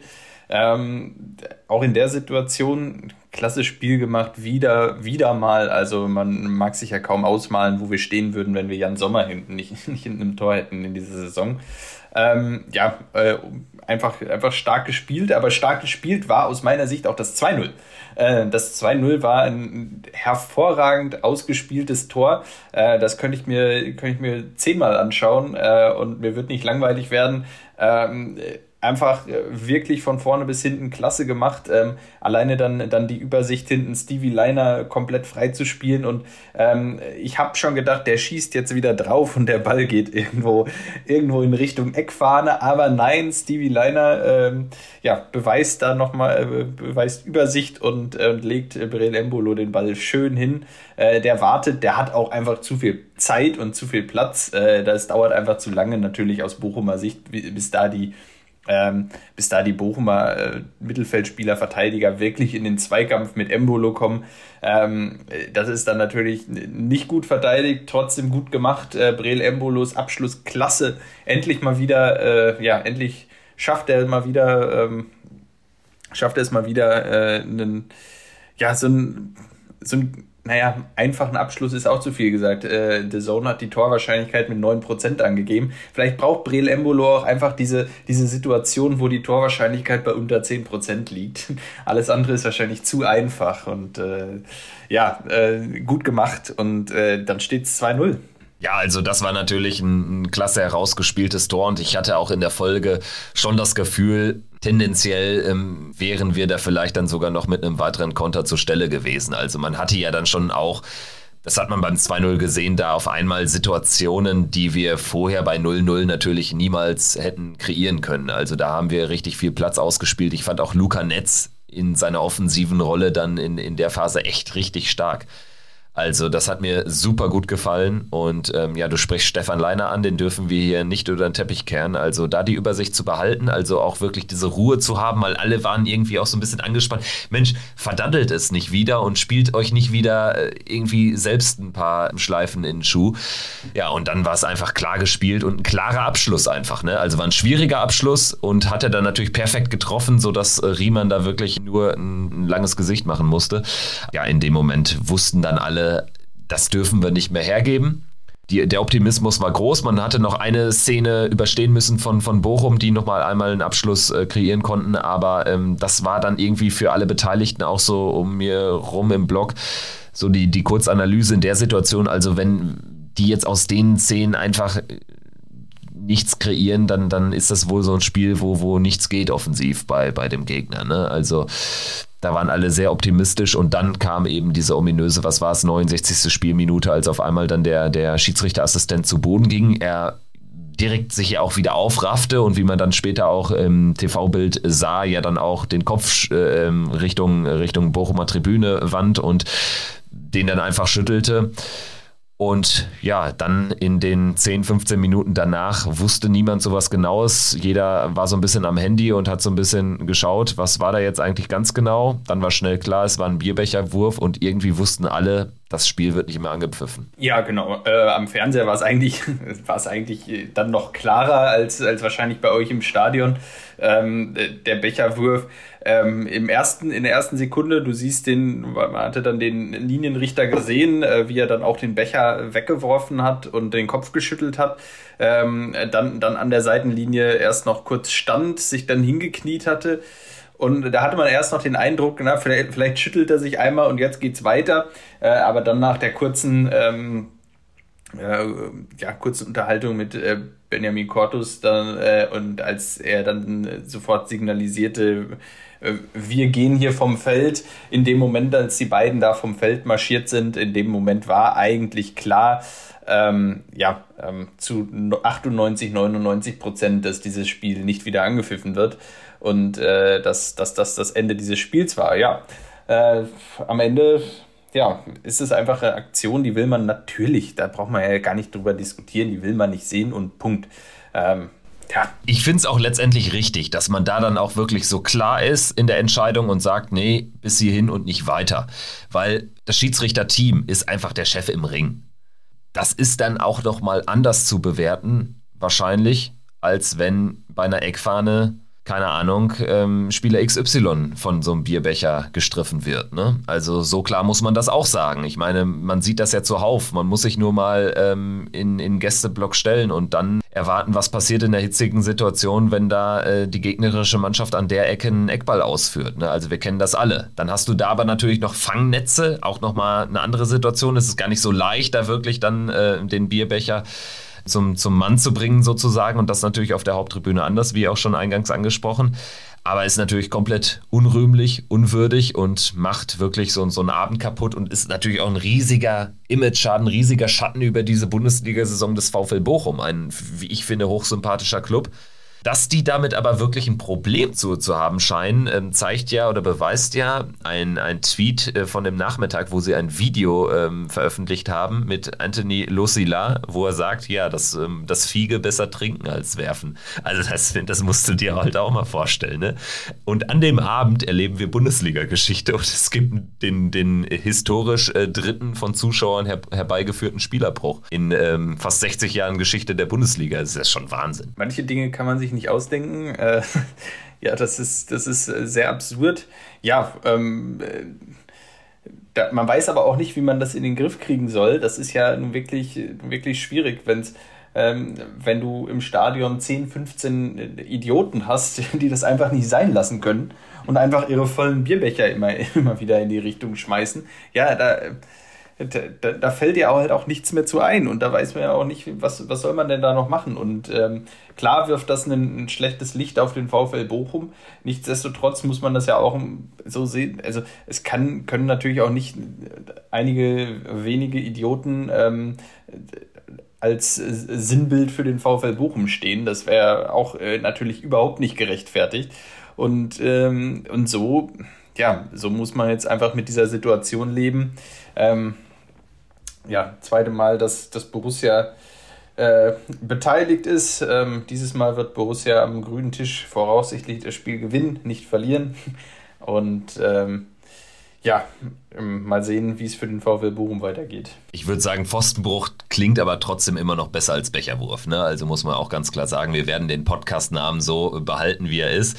Ähm, auch in der Situation klasse Spiel gemacht, wieder, wieder mal. Also man mag sich ja kaum ausmalen, wo wir stehen würden, wenn wir Jan Sommer hinten nicht, nicht hinten im Tor hätten in dieser Saison. Ähm, ja, äh, einfach, einfach stark gespielt, aber stark gespielt war aus meiner Sicht auch das zwei null. Äh, das zwei null war ein hervorragend ausgespieltes Tor. Äh, das könnte ich mir, könnte ich mir zehnmal anschauen äh, und mir wird nicht langweilig werden. Ähm, Einfach wirklich von vorne bis hinten klasse gemacht. Ähm, alleine dann, dann die Übersicht hinten, Stevie Lainer komplett frei zu spielen. Und ähm, ich habe schon gedacht, der schießt jetzt wieder drauf und der Ball geht irgendwo, irgendwo in Richtung Eckfahne. Aber nein, Stevie Lainer ähm, ja, beweist da nochmal, äh, beweist Übersicht und, äh, und legt äh, Breel Embolo den Ball schön hin. Äh, der wartet, der hat auch einfach zu viel Zeit und zu viel Platz. Äh, das dauert einfach zu lange natürlich aus Bochumer Sicht, bis da die Ähm, bis da die Bochumer äh, Mittelfeldspieler, Verteidiger wirklich in den Zweikampf mit Embolo kommen. Ähm, das ist dann natürlich nicht gut verteidigt, trotzdem gut gemacht. Äh, Breel Embolos Abschluss klasse. Endlich mal wieder, äh, ja, endlich schafft er mal wieder, ähm, schafft er es mal wieder, äh, einen, ja, so ein, so ein Naja, einfachen Abschluss ist auch zu viel gesagt. Äh, The Zone hat die Torwahrscheinlichkeit mit neun Prozent angegeben. Vielleicht braucht Breel Embolo auch einfach diese, diese Situation, wo die Torwahrscheinlichkeit bei unter zehn Prozent liegt. Alles andere ist wahrscheinlich zu einfach. Und äh, ja, äh, gut gemacht. Und äh, dann steht es zwei null. Ja, also das war natürlich ein, ein klasse herausgespieltes Tor und ich hatte auch in der Folge schon das Gefühl, tendenziell ähm, wären wir da vielleicht dann sogar noch mit einem weiteren Konter zur Stelle gewesen. Also man hatte ja dann schon auch, das hat man beim zwei null gesehen, da auf einmal Situationen, die wir vorher bei null null natürlich niemals hätten kreieren können. Also da haben wir richtig viel Platz ausgespielt. Ich fand auch Luca Netz in seiner offensiven Rolle dann in, in der Phase echt richtig stark. Also das hat mir super gut gefallen und ähm, ja, du sprichst Stefan Lainer an, den dürfen wir hier nicht über den Teppich kehren. Also da die Übersicht zu behalten, also auch wirklich diese Ruhe zu haben, weil alle waren irgendwie auch so ein bisschen angespannt. Mensch, verdaddelt es nicht wieder und spielt euch nicht wieder äh, irgendwie selbst ein paar Schleifen in den Schuh. Ja, und dann war es einfach klar gespielt und ein klarer Abschluss einfach, ne? Also war ein schwieriger Abschluss und hat er dann natürlich perfekt getroffen, sodass äh, Riemann da wirklich nur ein, ein langes Gesicht machen musste. Ja, in dem Moment wussten dann alle, das dürfen wir nicht mehr hergeben. Die, der Optimismus war groß. Man hatte noch eine Szene überstehen müssen von, von Bochum, die nochmal einmal einen Abschluss äh, kreieren konnten. Aber ähm, das war dann irgendwie für alle Beteiligten auch so um mir rum im Block so die, die Kurzanalyse in der Situation. Also wenn die jetzt aus den Szenen einfach nichts kreieren, dann, dann ist das wohl so ein Spiel, wo, wo nichts geht offensiv bei, bei dem Gegner, ne? Also da waren alle sehr optimistisch und dann kam eben diese ominöse, was war es, neunundsechzigste Spielminute, als auf einmal dann der, der Schiedsrichterassistent zu Boden ging. Er direkt sich ja auch wieder aufraffte und wie man dann später auch im T V-Bild sah, ja dann auch den Kopf äh, Richtung, Richtung Bochumer Tribüne wand und den dann einfach schüttelte. Und ja, dann in den zehn, fünfzehn Minuten danach wusste niemand so was Genaues. Jeder war so ein bisschen am Handy und hat so ein bisschen geschaut, was war da jetzt eigentlich ganz genau. Dann war schnell klar, es war ein Bierbecherwurf und irgendwie wussten alle, das Spiel wird nicht mehr angepfiffen. Ja, genau. Äh, am Fernseher war es eigentlich, war es eigentlich dann noch klarer als, als wahrscheinlich bei euch im Stadion. Ähm, der Becherwurf. Ähm, im ersten, in der ersten Sekunde, du siehst den, man hatte dann den Linienrichter gesehen, äh, wie er dann auch den Becher weggeworfen hat und den Kopf geschüttelt hat. Ähm, dann, dann an der Seitenlinie erst noch kurz stand, sich dann hingekniet hatte. Und da hatte man erst noch den Eindruck, na, vielleicht, vielleicht schüttelt er sich einmal und jetzt geht's weiter. Äh, aber dann nach der kurzen, ähm, äh, ja, kurzen Unterhaltung mit äh, Benjamin Cortus dann, äh, und als er dann äh, sofort signalisierte, äh, wir gehen hier vom Feld, in dem Moment, als die beiden da vom Feld marschiert sind, in dem Moment war eigentlich klar, ähm, ja, ähm, zu achtundneunzig, neunundneunzig Prozent, dass dieses Spiel nicht wieder angepfiffen wird. Und äh, dass, dass das das Ende dieses Spiels war. Ja, äh, am Ende ja, ist es einfach eine Aktion, die will man natürlich, da braucht man ja gar nicht drüber diskutieren, die will man nicht sehen und Punkt. Ähm, Ja, ich finde es auch letztendlich richtig, dass man da dann auch wirklich so klar ist in der Entscheidung und sagt, nee, bis hierhin und nicht weiter. Weil das Schiedsrichterteam ist einfach der Chef im Ring. Das ist dann auch nochmal anders zu bewerten, wahrscheinlich, als wenn bei einer Eckfahne, keine Ahnung, ähm, Spieler X Y von so einem Bierbecher gestriffen wird. Ne? Also so klar muss man das auch sagen. Ich meine, man sieht das ja zuhauf. Man muss sich nur mal ähm, in in Gästeblock stellen und dann erwarten, was passiert in der hitzigen Situation, wenn da äh, die gegnerische Mannschaft an der Ecke einen Eckball ausführt. Ne? Also wir kennen das alle. Dann hast du da aber natürlich noch Fangnetze, auch nochmal eine andere Situation. Es ist gar nicht so leicht, da wirklich dann äh, den Bierbecher Zum, zum Mann zu bringen sozusagen und das natürlich auf der Haupttribüne anders, wie auch schon eingangs angesprochen. Aber ist natürlich komplett unrühmlich, unwürdig und macht wirklich so, so einen Abend kaputt und ist natürlich auch ein riesiger Image-Schaden, ein riesiger Schatten über diese Bundesliga-Saison des VfL Bochum. Ein, wie ich finde, hochsympathischer Club. Dass die damit aber wirklich ein Problem zu, zu haben scheinen, ähm, zeigt ja oder beweist ja ein, ein Tweet äh, von dem Nachmittag, wo sie ein Video ähm, veröffentlicht haben mit Anthony Losila, wo er sagt, ja, das, ähm, das Fiege besser trinken als werfen. Also das, das musst du dir halt auch mal vorstellen. Ne? Und an dem Abend erleben wir Bundesliga-Geschichte und es gibt den, den historisch äh, dritten von Zuschauern her, herbeigeführten Spielerbruch in ähm, fast sechzig Jahren Geschichte der Bundesliga. Das ist ja schon Wahnsinn. Manche Dinge kann man sich nicht ausdenken. Äh, ja, das ist, das ist sehr absurd. Ja, ähm, da, man weiß aber auch nicht, wie man das in den Griff kriegen soll. Das ist ja nun wirklich, wirklich schwierig, wenn's, ähm, wenn du im Stadion zehn, fünfzehn Idioten hast, die das einfach nicht sein lassen können und einfach ihre vollen Bierbecher immer, immer wieder in die Richtung schmeißen. Ja, da... Da, da fällt dir auch halt auch nichts mehr zu ein und da weiß man ja auch nicht, was, was soll man denn da noch machen und ähm, klar wirft das ein, ein schlechtes Licht auf den VfL Bochum, nichtsdestotrotz muss man das ja auch so sehen, also es kann, können natürlich auch nicht einige wenige Idioten ähm, als Sinnbild für den VfL Bochum stehen, das wäre auch äh, natürlich überhaupt nicht gerechtfertigt und, ähm, und so, ja, so muss man jetzt einfach mit dieser Situation leben. Ähm, Ja, zweite Mal, dass, dass Borussia äh, beteiligt ist. Ähm, dieses Mal wird Borussia am grünen Tisch voraussichtlich das Spiel gewinnen, nicht verlieren. Und ähm, ja, mal sehen, wie es für den VfL Bochum weitergeht. Ich würde sagen, Pfostenbruch klingt aber trotzdem immer noch besser als Becherwurf. Ne? Also muss man auch ganz klar sagen, wir werden den Podcast-Namen so behalten, wie er ist.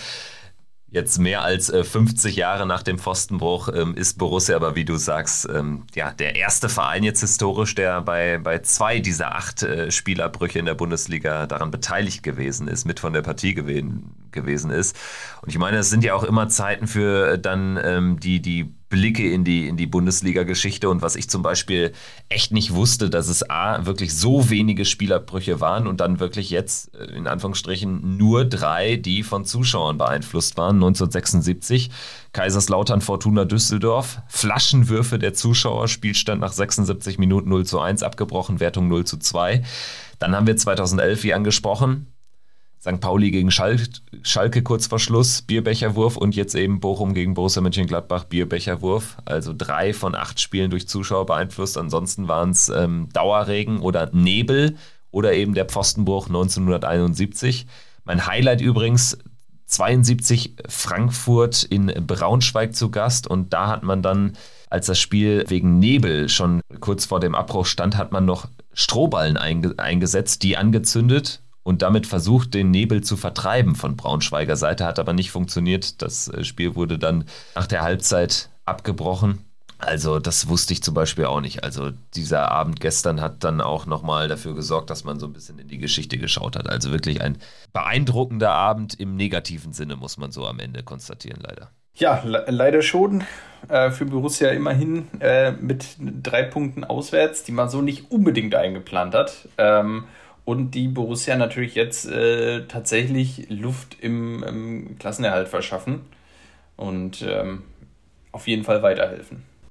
Jetzt mehr als äh, fünfzig Jahre nach dem Pfostenbruch ähm, ist Borussia aber, wie du sagst, ähm, ja, der erste Verein jetzt historisch, der bei, bei zwei dieser acht äh, Spielerbrüche in der Bundesliga daran beteiligt gewesen ist, mit von der Partie gewesen, gewesen ist. Und ich meine, es sind ja auch immer Zeiten für äh, dann ähm, die, die Blicke in die, in die Bundesliga-Geschichte und was ich zum Beispiel echt nicht wusste, dass es A, wirklich so wenige Spielerbrüche waren und dann wirklich jetzt, in Anführungsstrichen, nur drei, die von Zuschauern beeinflusst waren. neunzehnhundertsechsundsiebzig, Kaiserslautern Fortuna Düsseldorf, Flaschenwürfe der Zuschauer, Spielstand nach sechsundsiebzig Minuten null zu eins abgebrochen, Wertung null zu zwei. Dann haben wir zweitausendelf, wie angesprochen, Sankt Pauli gegen Schal- Schalke kurz vor Schluss, Bierbecherwurf und jetzt eben Bochum gegen Borussia Mönchengladbach, Bierbecherwurf. Also drei von acht Spielen durch Zuschauer beeinflusst. Ansonsten waren es ähm, Dauerregen oder Nebel oder eben der Pfostenbruch neunzehnhunderteinundsiebzig. Mein Highlight übrigens, zweiundsiebzig Frankfurt in Braunschweig zu Gast und da hat man dann, als das Spiel wegen Nebel schon kurz vor dem Abbruch stand, hat man noch Strohballen einge- eingesetzt, die angezündet und damit versucht, den Nebel zu vertreiben von Braunschweiger Seite, hat aber nicht funktioniert. Das Spiel wurde dann nach der Halbzeit abgebrochen. Also das wusste ich zum Beispiel auch nicht. Also dieser Abend gestern hat dann auch nochmal dafür gesorgt, dass man so ein bisschen in die Geschichte geschaut hat. Also wirklich ein beeindruckender Abend im negativen Sinne, muss man so am Ende konstatieren, leider. Ja, le- leider schon. Äh, für Borussia immerhin äh, mit drei Punkten auswärts, die man so nicht unbedingt eingeplant hat. Ähm, Und die Borussia natürlich jetzt äh, tatsächlich Luft im, im Klassenerhalt verschaffen und ähm, auf jeden Fall weiterhelfen.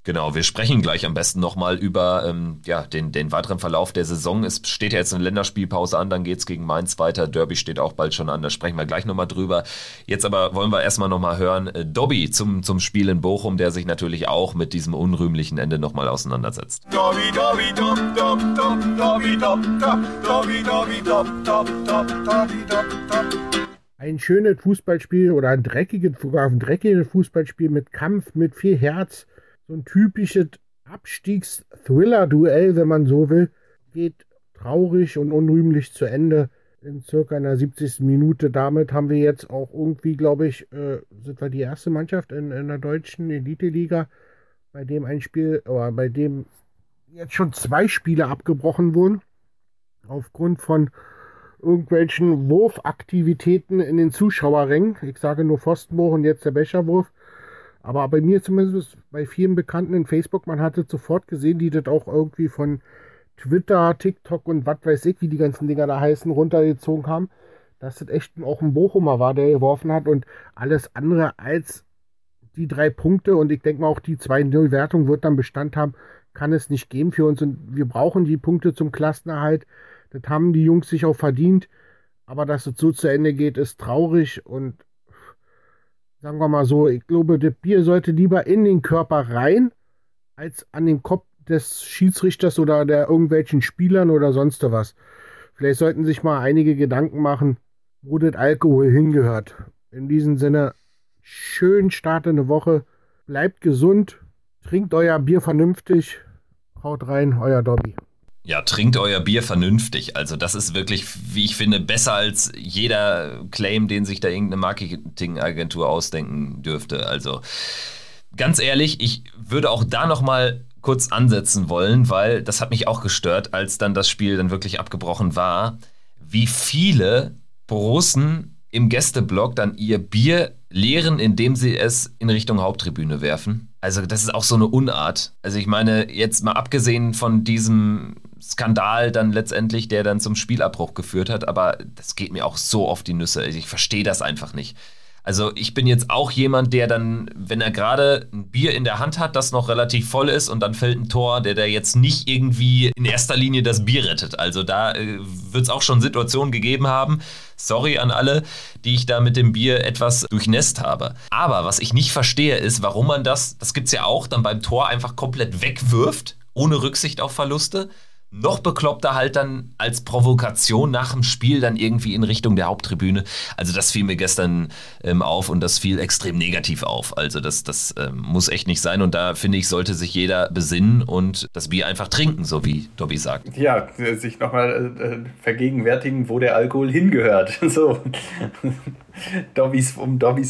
Genau, wir sprechen gleich am besten nochmal über ähm, ja, den, den weiteren Verlauf der Saison. Es steht ja jetzt eine Länderspielpause an, dann geht's gegen Mainz weiter. Derby steht auch bald schon an, da sprechen wir gleich nochmal drüber. Jetzt aber wollen wir erstmal nochmal hören, äh, Dobby zum, zum Spiel in Bochum, der sich natürlich auch mit diesem unrühmlichen Ende nochmal auseinandersetzt. Dobby, Dobby, Dob, Dob, Dob, Dobby, Dob, Dob, Dobby, Dobby, Dob, Dob, Dob, Dobby, Dob, Dob. Ein schönes Fußballspiel oder ein dreckiges, sogar ein dreckiges Fußballspiel mit Kampf, mit viel Herz. So ein typisches Abstiegs-Thriller-Duell, wenn man so will, geht traurig und unrühmlich zu Ende in circa einer siebzigsten Minute. Damit haben wir jetzt auch irgendwie, glaube ich, äh, sind wir die erste Mannschaft in, in der deutschen Elite-Liga, bei dem ein Spiel, oder bei dem jetzt schon zwei Spiele abgebrochen wurden, aufgrund von irgendwelchen Wurfaktivitäten in den Zuschauerrängen. Ich sage nur Pfostenbruch und jetzt der Becherwurf. Aber bei mir zumindest, bei vielen Bekannten in Facebook, man hatte sofort gesehen, die das auch irgendwie von Twitter, TikTok und was weiß ich, wie die ganzen Dinger da heißen, runtergezogen haben, dass das echt auch ein Bochumer war, der geworfen hat und alles andere als die drei Punkte und ich denke mal auch die zwei null Wertung wird dann Bestand haben, kann es nicht geben für uns und wir brauchen die Punkte zum Klassenerhalt. Das haben die Jungs sich auch verdient, aber dass es so zu Ende geht, ist traurig und sagen wir mal so, ich glaube, das Bier sollte lieber in den Körper rein, als an den Kopf des Schiedsrichters oder der irgendwelchen Spielern oder sonst was. Vielleicht sollten sich mal einige Gedanken machen, wo das Alkohol hingehört. In diesem Sinne, schön Start in eine Woche, bleibt gesund, trinkt euer Bier vernünftig, haut rein, euer Dobby. Ja, trinkt euer Bier vernünftig. Also das ist wirklich, wie ich finde, besser als jeder Claim, den sich da irgendeine Marketingagentur ausdenken dürfte. Also ganz ehrlich, ich würde auch da nochmal kurz ansetzen wollen, weil das hat mich auch gestört, als dann das Spiel dann wirklich abgebrochen war, wie viele Borussen im Gästeblock dann ihr Bier leeren, indem sie es in Richtung Haupttribüne werfen. Also das ist auch so eine Unart. Also ich meine, jetzt mal abgesehen von diesem Skandal dann letztendlich, der dann zum Spielabbruch geführt hat, aber das geht mir auch so auf die Nüsse. Also ich verstehe das einfach nicht. Also ich bin jetzt auch jemand, der dann, wenn er gerade ein Bier in der Hand hat, das noch relativ voll ist und dann fällt ein Tor, der da jetzt nicht irgendwie in erster Linie das Bier rettet. Also da äh, wird es auch schon Situationen gegeben haben, sorry an alle, die ich da mit dem Bier etwas durchnässt habe. Aber was ich nicht verstehe ist, warum man das, das gibt's ja auch, dann beim Tor einfach komplett wegwirft, ohne Rücksicht auf Verluste. Noch bekloppter halt dann als Provokation nach dem Spiel dann irgendwie in Richtung der Haupttribüne. Also das fiel mir gestern ähm, auf und das fiel extrem negativ auf. Also das, das ähm, muss echt nicht sein und da finde ich, sollte sich jeder besinnen und das Bier einfach trinken, so wie Dobby sagt. Ja, sich nochmal äh, vergegenwärtigen, wo der Alkohol hingehört. So, Dobbys um Dobbys.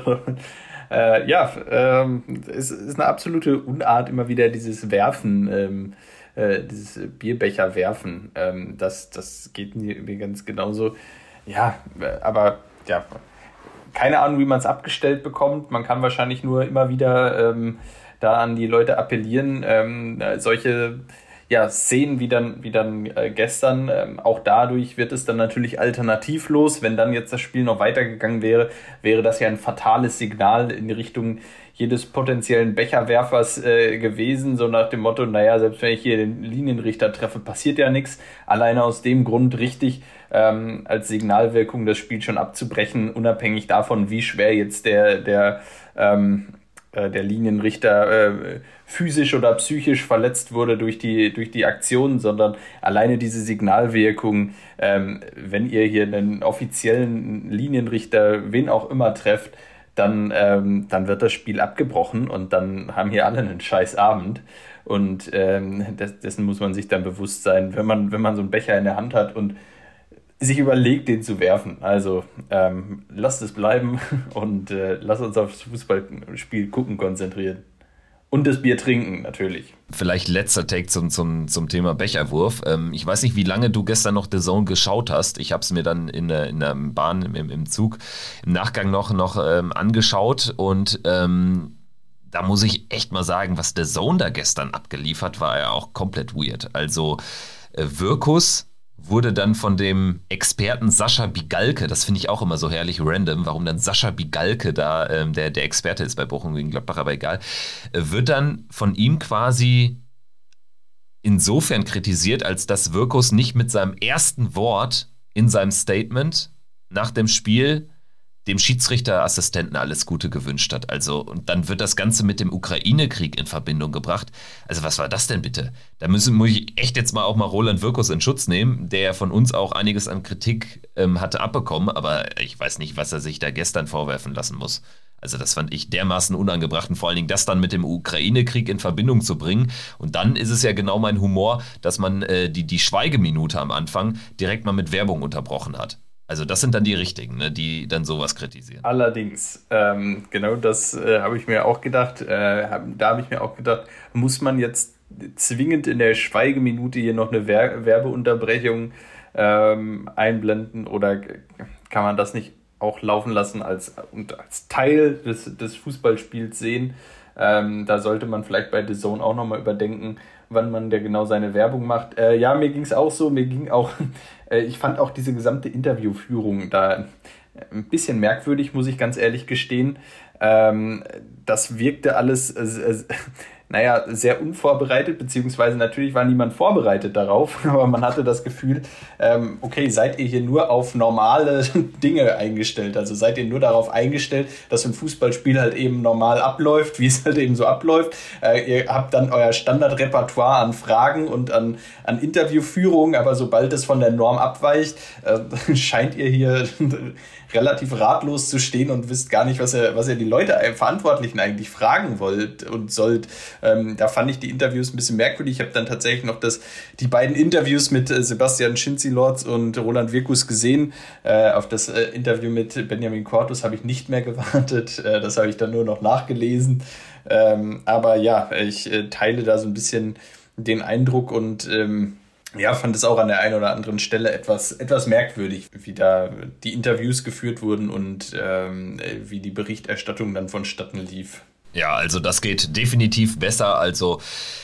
äh, ja, ähm, es ist eine absolute Unart, immer wieder dieses Werfen, ähm, dieses Bierbecher werfen, ähm, das, das geht mir ganz genauso. Ja, aber ja, keine Ahnung, wie man es abgestellt bekommt. Man kann wahrscheinlich nur immer wieder ähm, da an die Leute appellieren. Ähm, solche ja, Szenen wie dann, wie dann äh, gestern, ähm, auch dadurch wird es dann natürlich alternativlos. Wenn dann jetzt das Spiel noch weitergegangen wäre, wäre das ja ein fatales Signal in die Richtung jedes potenziellen Becherwerfers äh, gewesen, so nach dem Motto, naja, selbst wenn ich hier den Linienrichter treffe, passiert ja nichts. Alleine aus dem Grund richtig, ähm, als Signalwirkung das Spiel schon abzubrechen, unabhängig davon, wie schwer jetzt der, der, ähm, äh, der Linienrichter äh, physisch oder psychisch verletzt wurde durch die, durch die Aktion, sondern alleine diese Signalwirkung, ähm, wenn ihr hier einen offiziellen Linienrichter, wen auch immer trefft, dann, ähm, dann wird das Spiel abgebrochen und dann haben hier alle einen scheiß Abend. Und ähm, des, dessen muss man sich dann bewusst sein, wenn man, wenn man so einen Becher in der Hand hat und sich überlegt, den zu werfen. Also ähm, lasst es bleiben und äh, lasst uns aufs Fußballspiel gucken konzentrieren. Und das Bier trinken, natürlich. Vielleicht letzter Take zum, zum, zum Thema Becherwurf. Ähm, ich weiß nicht, wie lange du gestern noch The Zone geschaut hast. Ich habe es mir dann in der, in der Bahn, im, im Zug, im Nachgang noch, noch ähm, angeschaut. Und ähm, da muss ich echt mal sagen, was The Zone da gestern abgeliefert, war ja auch komplett weird. Also äh, Wirkus wurde dann von dem Experten Sascha Bigalke, das finde ich auch immer so herrlich random, warum dann Sascha Bigalke da ähm, der, der Experte ist bei Bochum gegen Gladbach, aber egal, äh, wird dann von ihm quasi insofern kritisiert, als dass Wirkus nicht mit seinem ersten Wort in seinem Statement nach dem Spiel dem Schiedsrichterassistenten alles Gute gewünscht hat. Also, und dann wird das Ganze mit dem Ukraine-Krieg in Verbindung gebracht. Also, was war das denn bitte? Da müssen, muss ich echt jetzt mal auch mal Roland Wirkus in Schutz nehmen, der von uns auch einiges an Kritik ähm, hatte abbekommen, aber ich weiß nicht, was er sich da gestern vorwerfen lassen muss. Also das fand ich dermaßen unangebracht und vor allen Dingen das dann mit dem Ukraine-Krieg in Verbindung zu bringen. Und dann ist es ja genau mein Humor, dass man äh, die, die Schweigeminute am Anfang direkt mal mit Werbung unterbrochen hat. Also das sind dann die Richtigen, ne, die dann sowas kritisieren. Allerdings, ähm, genau das äh, habe ich mir auch gedacht. Äh, hab, da habe ich mir auch gedacht, muss man jetzt zwingend in der Schweigeminute hier noch eine Wer- Werbeunterbrechung ähm, einblenden oder kann man das nicht auch laufen lassen als, und als Teil des, des Fußballspiels sehen? Ähm, da sollte man vielleicht bei The Zone auch nochmal überdenken, wann man da genau seine Werbung macht. Äh, ja, mir ging es auch so, mir ging auch, äh, ich fand auch diese gesamte Interviewführung da ein bisschen merkwürdig, muss ich ganz ehrlich gestehen. Ähm, das wirkte alles, äh, äh, naja, sehr unvorbereitet, beziehungsweise natürlich war niemand vorbereitet darauf, aber man hatte das Gefühl, ähm, okay, seid ihr hier nur auf normale Dinge eingestellt, also seid ihr nur darauf eingestellt, dass ein Fußballspiel halt eben normal abläuft, wie es halt eben so abläuft. Äh, ihr habt dann euer Standardrepertoire an Fragen und an, an Interviewführungen, aber sobald es von der Norm abweicht, äh, scheint ihr hier relativ ratlos zu stehen und wisst gar nicht, was ihr, was ihr die Leute, äh, Verantwortlichen eigentlich fragen wollt und sollt. Ähm, da fand ich die Interviews ein bisschen merkwürdig. Ich habe dann tatsächlich noch das, die beiden Interviews mit äh, Sebastian Schinzi-Lorz und Roland Wirkus gesehen. Äh, auf das äh, Interview mit Benjamin Cortus habe ich nicht mehr gewartet. Äh, das habe ich dann nur noch nachgelesen. Ähm, aber ja, ich äh, teile da so ein bisschen den Eindruck und ähm, ja, fand es auch an der einen oder anderen Stelle etwas, etwas merkwürdig, wie da die Interviews geführt wurden und ähm, wie die Berichterstattung dann vonstatten lief. Ja, also das geht definitiv besser. Also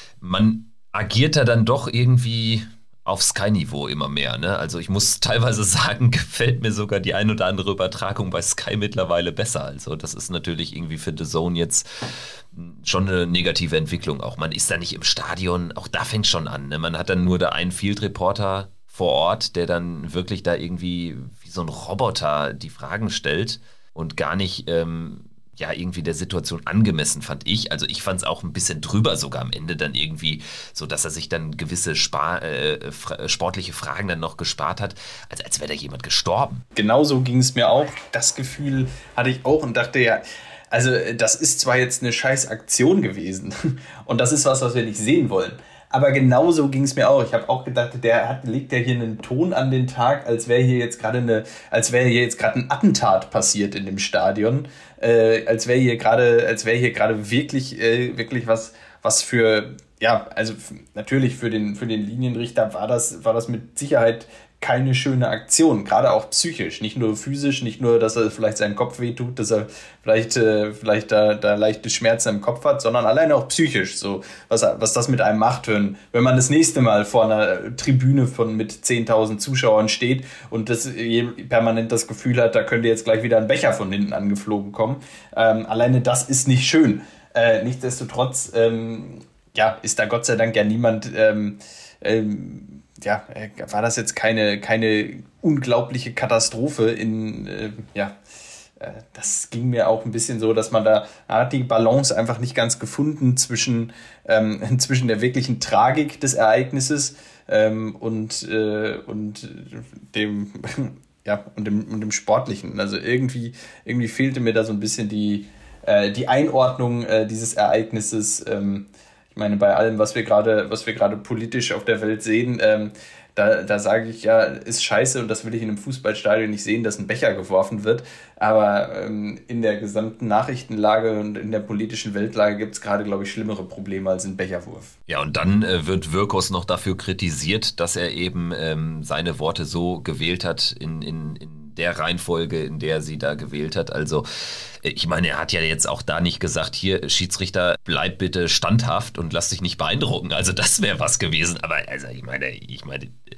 man agiert da dann doch irgendwie auf Sky-Niveau immer mehr, ne? Also ich muss teilweise sagen, gefällt mir sogar die ein oder andere Übertragung bei Sky mittlerweile besser. Also das ist natürlich irgendwie für The Zone jetzt schon eine negative Entwicklung auch. Man ist da nicht im Stadion, auch da fängt schon an, ne? Man hat dann nur da einen Field-Reporter vor Ort, der dann wirklich da irgendwie wie so ein Roboter die Fragen stellt und gar nicht ähm, ja irgendwie der Situation angemessen, fand ich. Also ich fand es auch ein bisschen drüber sogar am Ende dann irgendwie, so dass er sich dann gewisse Spar- äh, fra- sportliche Fragen dann noch gespart hat, als, als wäre da jemand gestorben. Genauso ging es mir auch. Das Gefühl hatte ich auch und dachte ja, also das ist zwar jetzt eine scheiß Aktion gewesen und das ist was, was wir nicht sehen wollen, aber genauso ging es mir auch. Ich habe auch gedacht, der hat, legt ja hier einen Ton an den Tag, als wäre hier jetzt gerade eine, als wäre hier jetzt gerade ein Attentat passiert in dem Stadion, äh, als wäre hier gerade, als wäre hier gerade wirklich, äh, wirklich was, was für, ja, also f- natürlich für den, für den Linienrichter war das, war das mit Sicherheit keine schöne Aktion, gerade auch psychisch, nicht nur physisch, nicht nur, dass er vielleicht seinen Kopf wehtut, dass er vielleicht, äh, vielleicht da, da leichte Schmerzen im Kopf hat, sondern alleine auch psychisch, so was, was das mit einem macht, wenn, wenn man das nächste Mal vor einer Tribüne von mit zehntausend Zuschauern steht und das permanent das Gefühl hat, da könnte jetzt gleich wieder ein Becher von hinten angeflogen kommen. Ähm, alleine das ist nicht schön. Äh, nichtsdestotrotz ähm, ja, ist da Gott sei Dank ja niemand ähm, ähm, ja, war das jetzt keine, keine unglaubliche Katastrophe in, äh, ja, äh, das ging mir auch ein bisschen so, dass man da hat die Balance einfach nicht ganz gefunden zwischen, ähm, zwischen der wirklichen Tragik des Ereignisses ähm, und, äh, und dem, ja, und dem, und dem Sportlichen. Also irgendwie, irgendwie fehlte mir da so ein bisschen die, äh, die Einordnung äh, dieses Ereignisses. ähm, Ich meine, bei allem, was wir gerade, was wir gerade politisch auf der Welt sehen, ähm, da, da sage ich ja, ist scheiße und das will ich in einem Fußballstadion nicht sehen, dass ein Becher geworfen wird. Aber ähm, in der gesamten Nachrichtenlage und in der politischen Weltlage gibt es gerade, glaube ich, schlimmere Probleme als ein Becherwurf. Ja, und dann äh, wird Wirkus noch dafür kritisiert, dass er eben ähm, seine Worte so gewählt hat in, in, in der Reihenfolge, in der sie da gewählt hat. Also ich meine, er hat ja jetzt auch da nicht gesagt, hier, Schiedsrichter, bleib bitte standhaft und lass dich nicht beeindrucken. Also das wäre was gewesen. Aber also ich meine, ich meine,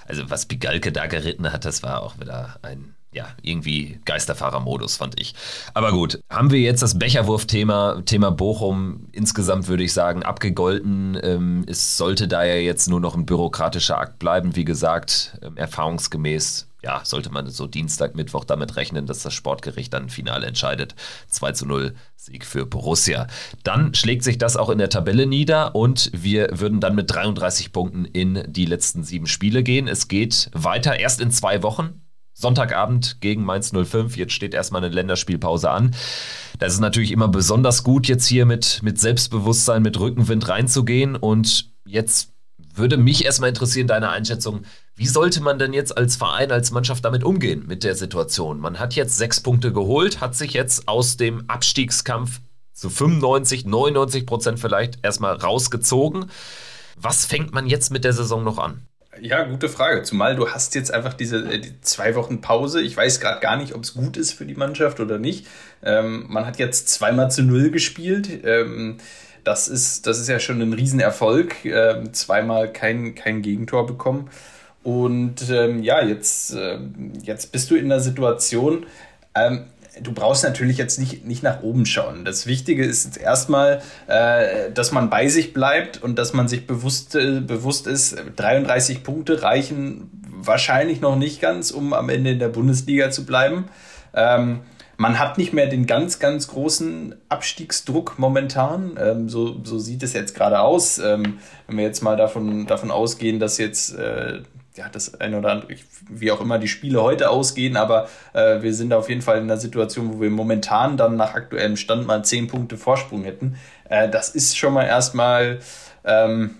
Also was Bigalke da geritten hat, das war auch wieder ein, ja, irgendwie Geisterfahrermodus, fand ich. Aber gut, haben wir jetzt das Becherwurf-Thema, Thema Bochum, insgesamt würde ich sagen, abgegolten. Ähm, es sollte da ja jetzt nur noch ein bürokratischer Akt bleiben. Wie gesagt, ähm, erfahrungsgemäß, ja, sollte man so Dienstag, Mittwoch damit rechnen, dass das Sportgericht dann Finale entscheidet. zwei zu null Sieg für Borussia. Dann schlägt sich das auch in der Tabelle nieder und wir würden dann mit dreiunddreißig Punkten in die letzten sieben Spiele gehen. Es geht weiter, erst in zwei Wochen. Sonntagabend gegen Mainz null fünf, jetzt steht erstmal eine Länderspielpause an. Das ist natürlich immer besonders gut, jetzt hier mit, mit Selbstbewusstsein, mit Rückenwind reinzugehen. Und jetzt würde mich erstmal interessieren, deine Einschätzung, wie sollte man denn jetzt als Verein, als Mannschaft damit umgehen mit der Situation? Man hat jetzt sechs Punkte geholt, hat sich jetzt aus dem Abstiegskampf zu fünfundneunzig, neunundneunzig Prozent vielleicht erstmal rausgezogen. Was fängt man jetzt mit der Saison noch an? Ja, gute Frage. Zumal du hast jetzt einfach diese die zwei Wochen Pause. Ich weiß gerade gar nicht, ob es gut ist für die Mannschaft oder nicht. Ähm, man hat jetzt zweimal zu null gespielt. Ähm, das ist, das ist ja schon ein Riesenerfolg. Ähm, zweimal kein, kein Gegentor bekommen. Und ähm, ja, jetzt, äh, jetzt bist du in der Situation, ähm, du brauchst natürlich jetzt nicht, nicht nach oben schauen. Das Wichtige ist jetzt erstmal, äh, dass man bei sich bleibt und dass man sich bewusst, äh, bewusst ist, dreiunddreißig Punkte reichen wahrscheinlich noch nicht ganz, um am Ende in der Bundesliga zu bleiben. Ähm, man hat nicht mehr den ganz, ganz großen Abstiegsdruck momentan. Ähm, so, so sieht es jetzt gerade aus. Ähm, wenn wir jetzt mal davon, davon ausgehen, dass jetzt äh, ja, das eine oder andere, wie auch immer die Spiele heute ausgehen, aber äh, wir sind auf jeden Fall in einer Situation, wo wir momentan dann nach aktuellem Stand mal zehn Punkte Vorsprung hätten. Äh, das ist schon mal erstmal, ähm,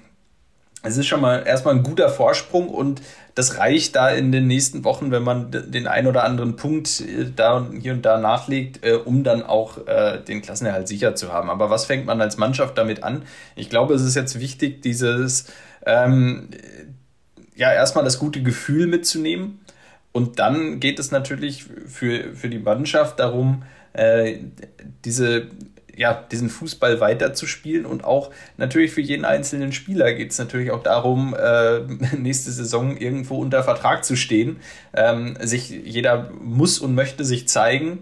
es ist schon mal erstmal ein guter Vorsprung und das reicht da in den nächsten Wochen, wenn man den ein oder anderen Punkt äh, da und hier und da nachlegt, äh, um dann auch äh, den Klassenerhalt sicher zu haben. Aber was fängt man als Mannschaft damit an? Ich glaube, es ist jetzt wichtig, dieses ähm, ja, erstmal das gute Gefühl mitzunehmen und dann geht es natürlich für, für die Mannschaft darum, äh, diese, ja, diesen Fußball weiterzuspielen und auch natürlich für jeden einzelnen Spieler geht es natürlich auch darum, äh, nächste Saison irgendwo unter Vertrag zu stehen. Ähm, sich, jeder muss und möchte sich zeigen,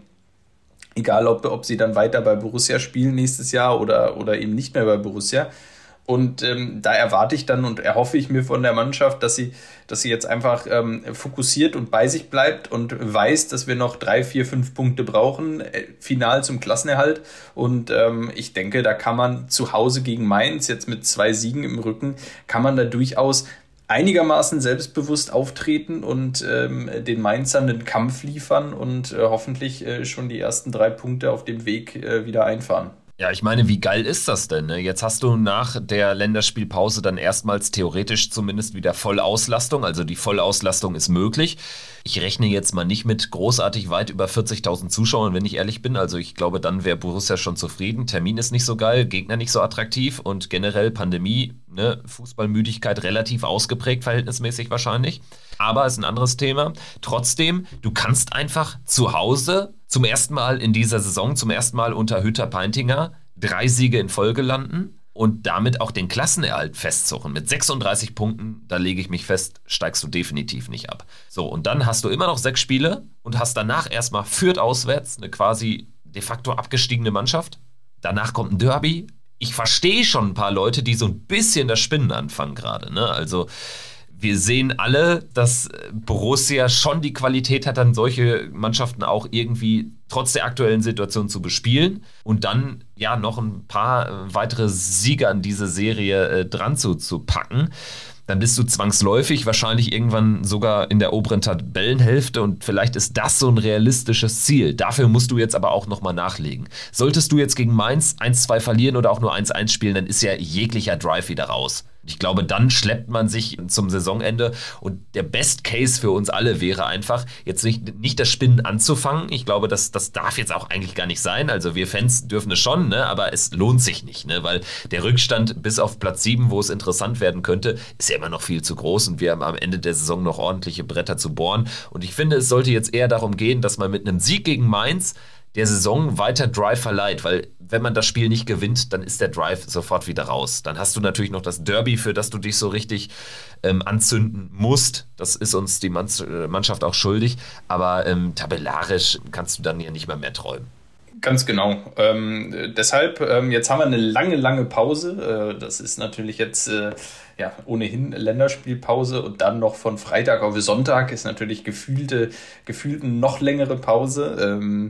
egal ob, ob sie dann weiter bei Borussia spielen nächstes Jahr oder, oder eben nicht mehr bei Borussia. Und ähm, da erwarte ich dann und erhoffe ich mir von der Mannschaft, dass sie, dass sie jetzt einfach ähm, fokussiert und bei sich bleibt und weiß, dass wir noch drei, vier, fünf Punkte brauchen, äh, final zum Klassenerhalt. Und ähm, ich denke, da kann man zu Hause gegen Mainz, jetzt mit zwei Siegen im Rücken, kann man da durchaus einigermaßen selbstbewusst auftreten und ähm, den Mainzern einen Kampf liefern und äh, hoffentlich äh, schon die ersten drei Punkte auf dem Weg äh, wieder einfahren. Ja, ich meine, wie geil ist das denn? Ne? Jetzt hast du nach der Länderspielpause dann erstmals theoretisch zumindest wieder Vollauslastung. Also die Vollauslastung ist möglich. Ich rechne jetzt mal nicht mit großartig weit über vierzigtausend Zuschauern, wenn ich ehrlich bin. Also ich glaube, dann wäre Borussia schon zufrieden. Termin ist nicht so geil, Gegner nicht so attraktiv und generell Pandemie, ne? Fußballmüdigkeit relativ ausgeprägt, verhältnismäßig wahrscheinlich. Aber ist ein anderes Thema. Trotzdem, du kannst einfach zu Hause zum ersten Mal in dieser Saison, zum ersten Mal unter Hütter-Peintinger, drei Siege in Folge landen und damit auch den Klassenerhalt festzurren. Mit sechsunddreißig Punkten, da lege ich mich fest, steigst du definitiv nicht ab. So, und dann hast du immer noch sechs Spiele und hast danach erstmal Fürth auswärts, eine quasi de facto abgestiegene Mannschaft. Danach kommt ein Derby. Ich verstehe schon ein paar Leute, die so ein bisschen das Spinnen anfangen gerade, ne? Also wir sehen alle, dass Borussia schon die Qualität hat, dann solche Mannschaften auch irgendwie trotz der aktuellen Situation zu bespielen und dann ja noch ein paar weitere Siege an diese Serie äh, dran zu, zu packen. Dann bist du zwangsläufig wahrscheinlich irgendwann sogar in der oberen Tabellenhälfte und vielleicht ist das so ein realistisches Ziel. Dafür musst du jetzt aber auch nochmal nachlegen. Solltest du jetzt gegen Mainz eins zwei verlieren oder auch nur eins eins spielen, dann ist ja jeglicher Drive wieder raus. Ich glaube, dann schleppt man sich zum Saisonende und der Best Case für uns alle wäre einfach, jetzt nicht, nicht das Spinnen anzufangen. Ich glaube, das, das darf jetzt auch eigentlich gar nicht sein. Also wir Fans dürfen es schon, ne? Aber es lohnt sich nicht, ne? Weil der Rückstand bis auf Platz sieben, wo es interessant werden könnte, ist ja immer noch viel zu groß und wir haben am Ende der Saison noch ordentliche Bretter zu bohren. Und ich finde, es sollte jetzt eher darum gehen, dass man mit einem Sieg gegen Mainz der Saison weiter Drive verleiht, weil wenn man das Spiel nicht gewinnt, dann ist der Drive sofort wieder raus. Dann hast du natürlich noch das Derby, für das du dich so richtig ähm, anzünden musst. Das ist uns die Mannschaft auch schuldig, aber ähm, tabellarisch kannst du dann hier nicht mehr mehr träumen. Ganz genau. Ähm, deshalb, ähm, jetzt haben wir eine lange, lange Pause. Äh, das ist natürlich jetzt äh, ja ohnehin Länderspielpause und dann noch von Freitag auf Sonntag ist natürlich gefühlte, gefühlt eine noch längere Pause. Ähm,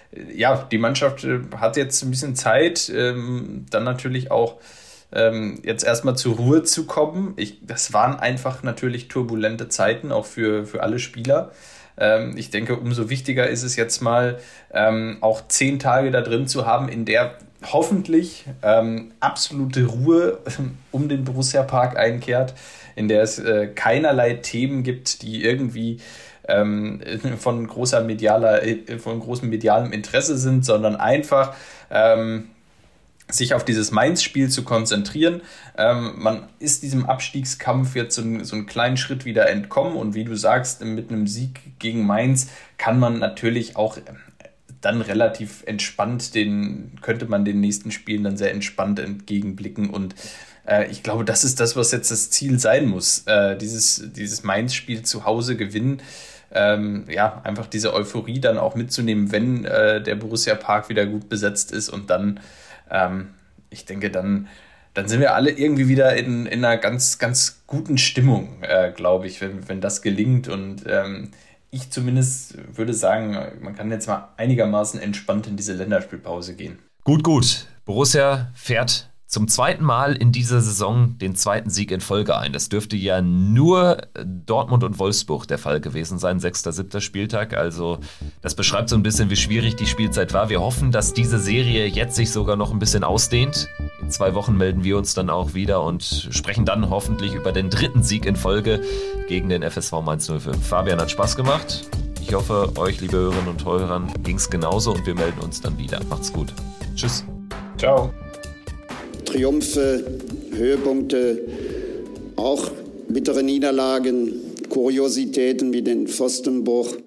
ja, die Mannschaft äh, hat jetzt ein bisschen Zeit, ähm, dann natürlich auch ähm, jetzt erstmal zur Ruhe zu kommen. Ich, das waren einfach natürlich turbulente Zeiten, auch für, für alle Spieler. Ähm, ich denke, umso wichtiger ist es jetzt mal, ähm, auch zehn Tage da drin zu haben, in der hoffentlich ähm, absolute Ruhe um den Borussia-Park einkehrt, in der es äh, keinerlei Themen gibt, die irgendwie ähm, von großer medialer, von großem medialem Interesse sind, sondern einfach ähm, sich auf dieses Mainz-Spiel zu konzentrieren. Ähm, man ist diesem Abstiegskampf jetzt so, ein, so einen kleinen Schritt wieder entkommen und wie du sagst, mit einem Sieg gegen Mainz kann man natürlich auch dann relativ entspannt den, könnte man den nächsten Spielen dann sehr entspannt entgegenblicken und äh, ich glaube, das ist das, was jetzt das Ziel sein muss. Äh, dieses, dieses Mainz-Spiel zu Hause gewinnen, ähm, ja, einfach diese Euphorie dann auch mitzunehmen, wenn äh, der Borussia-Park wieder gut besetzt ist und dann Ähm, ich denke, dann, dann sind wir alle irgendwie wieder in, in einer ganz, ganz guten Stimmung, äh, glaube ich, wenn, wenn das gelingt. Und ähm, ich zumindest würde sagen, man kann jetzt mal einigermaßen entspannt in diese Länderspielpause gehen. Gut, gut. Borussia fährt zum zweiten Mal in dieser Saison den zweiten Sieg in Folge ein. Das dürfte ja nur Dortmund und Wolfsburg der Fall gewesen sein, sechster, siebter Spieltag. Also das beschreibt so ein bisschen, wie schwierig die Spielzeit war. Wir hoffen, dass diese Serie jetzt sich sogar noch ein bisschen ausdehnt. In zwei Wochen melden wir uns dann auch wieder und sprechen dann hoffentlich über den dritten Sieg in Folge gegen den F S V Mainz null fünf. Fabian, hat Spaß gemacht. Ich hoffe, euch, liebe Hörerinnen und Hörer, ging es genauso und wir melden uns dann wieder. Macht's gut. Tschüss. Ciao. Triumphe, Höhepunkte, auch bittere Niederlagen, Kuriositäten wie den Pfostenbruch.